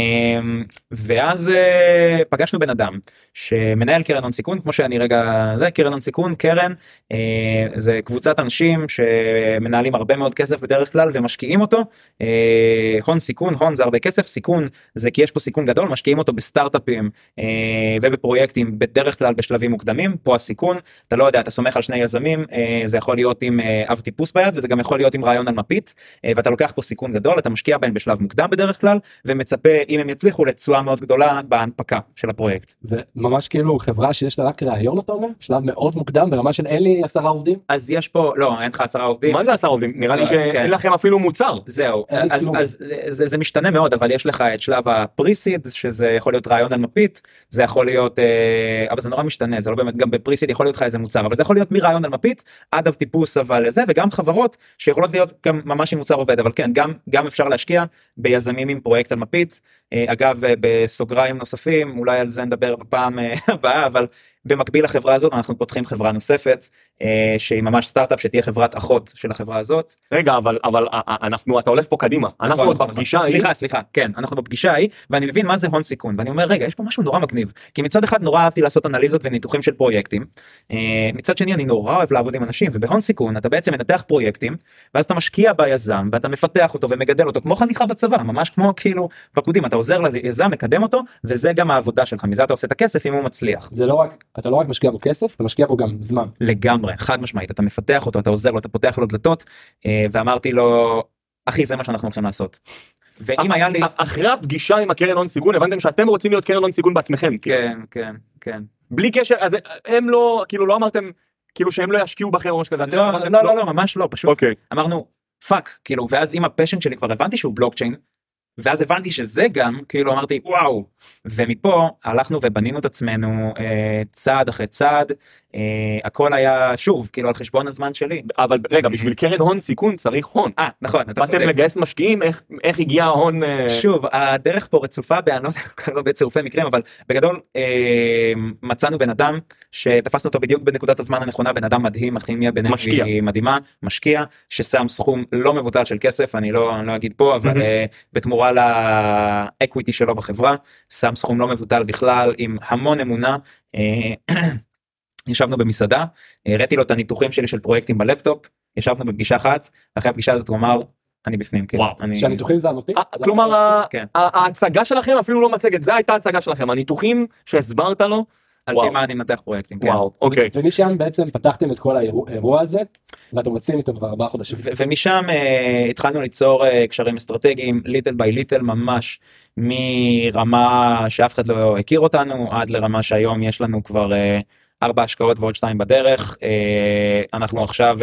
[SPEAKER 1] ואז פגשנו בן אדם, שמנהל קרן הון סיכון, כמו שאני רגע, זה קרן הון סיכון, קרן, זה קבוצת אנשים שמנהלים הרבה מאוד כסף בדרך כלל ומשקיעים אותו, אה, הון סיכון, הון זה הרבה כסף, סיכון זה כי יש פה סיכון גדול, משקיעים אותו בסטארט-אפים אה, ובפרויקטים בדרך כלל בשלבים מוקדמים, פה הסיכון, אתה לא יודע, אתה סומך על שני יזמים, אה, זה יכול להיות עם אה, אב טיפוס ביד וזה גם יכול להיות עם רעיון על מפית, אה, ואתה לוקח פה סיכון גדול, אתה משקיע בהם בשלב מוקדם בדרך כלל, ומצפה אם הם יצליחו לתשואה מאוד גדולה בהנפקה של הפרויקט.
[SPEAKER 3] וממש כאילו חברה שיש לה רק רעיון, אתה אומר? שלב מאוד מוקדם ברמה של אין לי עשרה עובדים?
[SPEAKER 1] אז יש פה, לא, אין לך עשרה עובדים.
[SPEAKER 2] מה זה עשרה עובדים? נראה לי שאין לכם אפילו מוצר.
[SPEAKER 1] זהו, אז זה משתנה מאוד, אבל יש לך את שלב הפריסיד, שזה יכול להיות רעיון על מפית, זה יכול להיות, אבל זה נורא משתנה, זה לא באמת, גם בפריסיד יכול להיות לך איזה מוצר, אבל זה יכול להיות מרעיון על מפית, עד אב טיפוס, אבל זה, וגם חברות שיכולות להיות גם ממש עם מוצר עובד, אבל כן, גם, גם אפשר להשקיע ביזמים עם פרויקט על מפית, אגב, בסוגריים נוספים, אולי על זה נדבר בפעם הבאה, אבל במקביל לחברה הזאת אנחנו פותחים חברה נוספת שהיא ממש סטארט-אפ שתהיה חברת אחות של החברה הזאת.
[SPEAKER 2] רגע, אבל אבל אנחנו, אתה הולך פה קדימה, אנחנו עוד בפגישה ההיא.
[SPEAKER 1] סליחה, סליחה, כן, אנחנו בפגישה ההיא ואני מבין מה זה הון סיכון ואני אומר רגע, יש פה משהו נורא מגניב, כי מצד אחד נורא אהבתי לעשות אנליזות וניתוחים של פרויקטים, מצד שני אני נורא אוהב לעבוד עם אנשים, ובהון סיכון אתה בעצם מנתח פרויקטים ואז אתה משקיע ביזם ואתה מפתח אותו ומגדל אותו כמו חניכה בצבא, ממש כמו כאילו פקודים, אתה עוזר ליזם, מקדם אותו, וזה גם העבודה שלך, מזה אתה עושה את הכסף אם הוא מצליח.
[SPEAKER 3] זה לא רק, אתה לא רק משקיע בו כסף, אתה משקיע בו גם זמן.
[SPEAKER 1] לגמרי, חד משמעית, אתה מפתח אותו, אתה עוזר לו, אתה פותח לו דלתות, ואמרתי לו, אחי, זה מה שאנחנו רוצים לעשות. ואם היה לי...
[SPEAKER 2] אחרי הפגישה עם הקרן הון סיכון, הבנתם שאתם רוצים להיות קרן הון סיכון בעצמכם.
[SPEAKER 1] כן, כן, כן.
[SPEAKER 2] בלי קשר, אז הם לא, כאילו לא אמרתם, כאילו שהם לא ישקיעו בכם או משהו כזה.
[SPEAKER 1] לא, לא, לא, לא, ממש לא, פשוט.
[SPEAKER 2] אוקיי.
[SPEAKER 1] אמרנו, פאק, כאילו, ואז עם הפשן שלי כבר הבנתי שהוא בלוקצ'יין, ואז הבנתי שזה גם, כאילו אמרתי, וואו, ומפה הלכנו ובנינו את עצמנו אה, צעד אחרי צעד, אה, הכל היה שוב, כאילו על חשבון הזמן שלי.
[SPEAKER 2] אבל רגע, בשביל קרן הון סיכון צריך הון.
[SPEAKER 1] אה, נכון, אתה
[SPEAKER 2] צודק. באתם לגייס משקיעים, איך, איך הגיע ההון? אה...
[SPEAKER 1] שוב, הדרך פה רצופה בענות, לא בצירופי מקרים, אבל בגדול אה, מצאנו בן אדם, שתפסנו אותו בדיוק בנקודת הזמן הנכונה, בן אדם מדהים, הכימיה בינינו היא מדהימה, משקיע, ששם סכום לא מבוטל של כסף, אני לא, אני לא אגיד פה, אבל אה, בתמורה לאקוויטי שלו בחברה, שם סכום לא מבוטל בכלל, עם המון אמונה. ישבנו במסעדה, הראיתי לו את הניתוחים שלי של פרויקטים בלפטופ, ישבנו בפגישה אחת, אחרי הפגישה הזאת הוא אמר, אני בפנים.
[SPEAKER 3] שהניתוחים זה אמיתי?
[SPEAKER 2] כלומר, ההצגה שלכם אפילו לא מצגת, זה הייתה הצגה שלכם, הניתוחים שהסברת לו,
[SPEAKER 1] על פי מה אני מנתח פרויקטים.
[SPEAKER 2] וואו, אוקיי.
[SPEAKER 3] ומשם בעצם פתחתם את כל האירוע הזה, ואתם רוצים איתו כבר ארבעה חודשים.
[SPEAKER 1] ומשם התחלנו ליצור קשרים אסטרטגיים, ליטל ביי ליטל ממש, מרמה שאף אחד לא הכיר אותנו, עד לרמה שהיום יש לנו כבר ארבע השקעות ועוד שתיים בדרך. אנחנו עכשיו,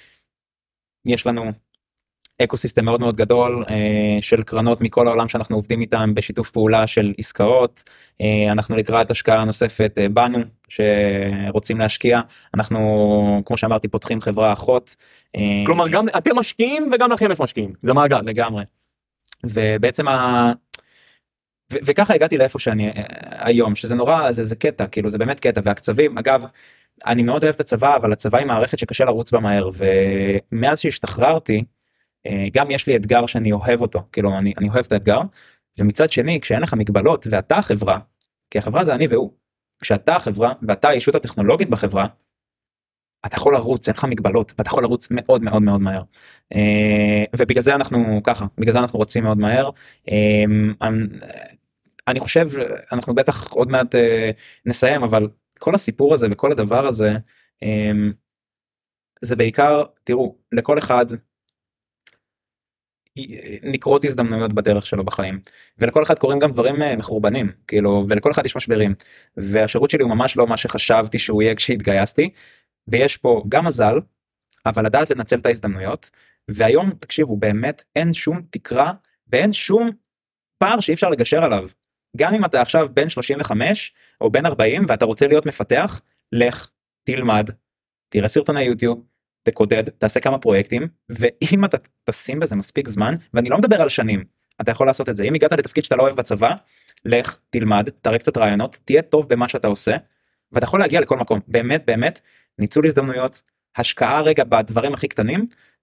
[SPEAKER 1] יש לנו אקוסיסטם מאוד מאוד גדול של קרנות מכל העולם שאנחנו עובדים איתם בשיתוף פעולה של עסקאות. אנחנו לקראת השקעה נוספת בנו שרוצים להשקיע, אנחנו כמו שאמרתי פותחים חברה אחות.
[SPEAKER 2] כלומר גם אתם משקיעים וגם לכם יש משקיעים, זה מעגל.
[SPEAKER 1] לגמרי. ובעצם ה... ו- וככה הגעתי לאיפה שאני היום, שזה נורא, זה, זה קטע, כאילו זה באמת קטע, והקצבים, אגב, אני מאוד אוהב את הצבא, אבל הצבא היא מערכת שקשה לרוץ בה מהר, ומאז שהשתחררתי, גם יש לי אתגר שאני אוהב אותו, כאילו אני, אני אוהב את האתגר, ומצד שני, כשאין לך מגבלות, ואתה החברה, כי החברה זה אני והוא, כשאתה החברה, ואתה האישות הטכנולוגית בחברה, אתה יכול לרוץ, אין לך מגבלות, ואתה יכול לרוץ מאוד מאוד מאוד מהר. ובגלל זה אנחנו ככה, בגלל זה אנחנו רוצים מאוד מהר. אני חושב, אנחנו בטח עוד מעט נסיים, אבל כל הסיפור הזה וכל הדבר הזה, זה בעיקר, תראו, לכל אחד נקרות הזדמנויות בדרך שלו בחיים, ולכל אחד קוראים גם דברים מחורבנים, כאילו, ולכל אחד יש משברים, והשירות שלי הוא ממש לא מה שחשבתי שהוא יהיה כשהתגייסתי, ויש פה גם מזל, אבל לדעת לנצל את ההזדמנויות, והיום תקשיבו באמת אין שום תקרה, ואין שום פער שאי אפשר לגשר עליו, גם אם אתה עכשיו בין שלושים וחמש, או בין ארבעים, ואתה רוצה להיות מפתח, לך, תלמד, תראה סרטוני יוטיוב, תקודד, תעשה כמה פרויקטים, ואם אתה תשים בזה מספיק זמן, ואני לא מדבר על שנים, אתה יכול לעשות את זה, אם הגעת לתפקיד שאתה לא אוהב בצבא, לך, תלמד, תראה קצת רעיונות, תהיה טוב במה שאתה עושה, ואתה יכול להגיע לכל מקום, באמת באמת, ניצול הזדמנויות, השקעה רגע בדברים הכי קטנים,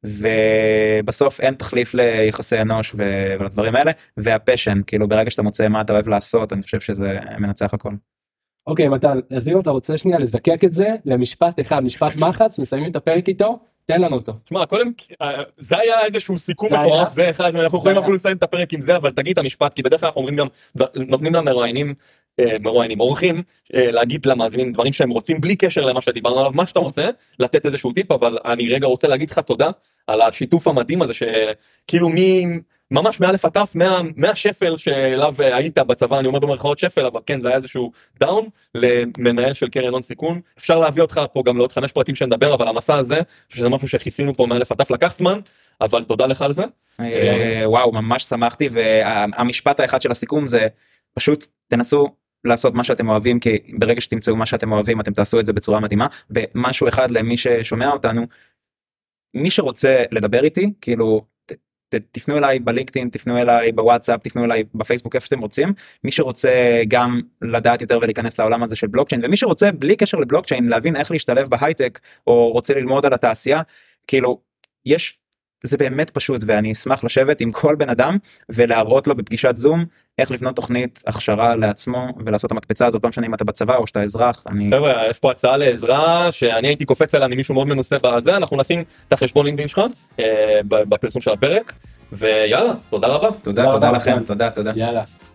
[SPEAKER 1] ובסוף אין תחליף ליחסי אנוש ולדברים האלה, והפשן, כאילו ברגע שאתה מוצא מה אתה אוהב לעשות, אני חושב שזה מנצח הכל.
[SPEAKER 3] אוקיי, מתן, אז אם אתה רוצה שנייה לזקק את זה למשפט אחד, משפט מחץ, מסיימים את הפרק איתו, תן לנו אותו.
[SPEAKER 2] תשמע, קודם, זה היה איזשהו סיכום מטורף, זה אחד, אנחנו יכולים אפילו לסיים את הפרק עם זה, אבל תגיד את המשפט, כי בדרך כלל אנחנו אומרים גם, נותנים למרואיינים, מרואיינים, אורחים, להגיד למאזינים דברים שהם רוצים, בלי קשר למה שדיברנו עליו, מה שאתה רוצה, לתת איזשהו טיפ, אבל אני רגע רוצה להגיד לך תודה, על השיתוף המדהים הזה, שכאילו מי... ממש מאלף עטף, מהשפל שאליו היית בצבא, אני אומר במרכאות שפל, אבל כן, זה היה איזשהו דאון למנהל של קרן הון סיכון. אפשר להביא אותך פה גם לעוד חמש פרקים שנדבר, אבל המסע הזה, שזה משהו שכיסינו פה מאלף עטף, לקח זמן, אבל תודה לך על זה.
[SPEAKER 1] וואו, ממש שמחתי, והמשפט האחד של הסיכום זה פשוט תנסו לעשות מה שאתם אוהבים, כי ברגע שתמצאו מה שאתם אוהבים, אתם תעשו את זה בצורה מדהימה, ומשהו אחד למי ששומע אותנו, מי שרוצה לדבר איתי, כאילו, תפנו אליי בלינקדאין, תפנו אליי בוואטסאפ, תפנו אליי בפייסבוק, איפה שאתם רוצים. מי שרוצה גם לדעת יותר ולהיכנס לעולם הזה של בלוקצ'יין, ומי שרוצה בלי קשר לבלוקצ'יין להבין איך להשתלב בהייטק, או רוצה ללמוד על התעשייה, כאילו יש, זה באמת פשוט, ואני אשמח לשבת עם כל בן אדם ולהראות לו בפגישת זום איך לבנות תוכנית הכשרה לעצמו ולעשות המקפצה הזאת, לא משנה אם אתה בצבא או שאתה אזרח. אני...
[SPEAKER 2] חבר'ה, יש פה הצעה לעזרה שאני הייתי קופץ עליה ממישהו מאוד מנוסה בזה, אנחנו נשים את החשבון לינקדאין שלך בפרסום של הפרק, ויאללה, תודה רבה.
[SPEAKER 1] תודה, תודה לכם, תודה, תודה.
[SPEAKER 3] יאללה.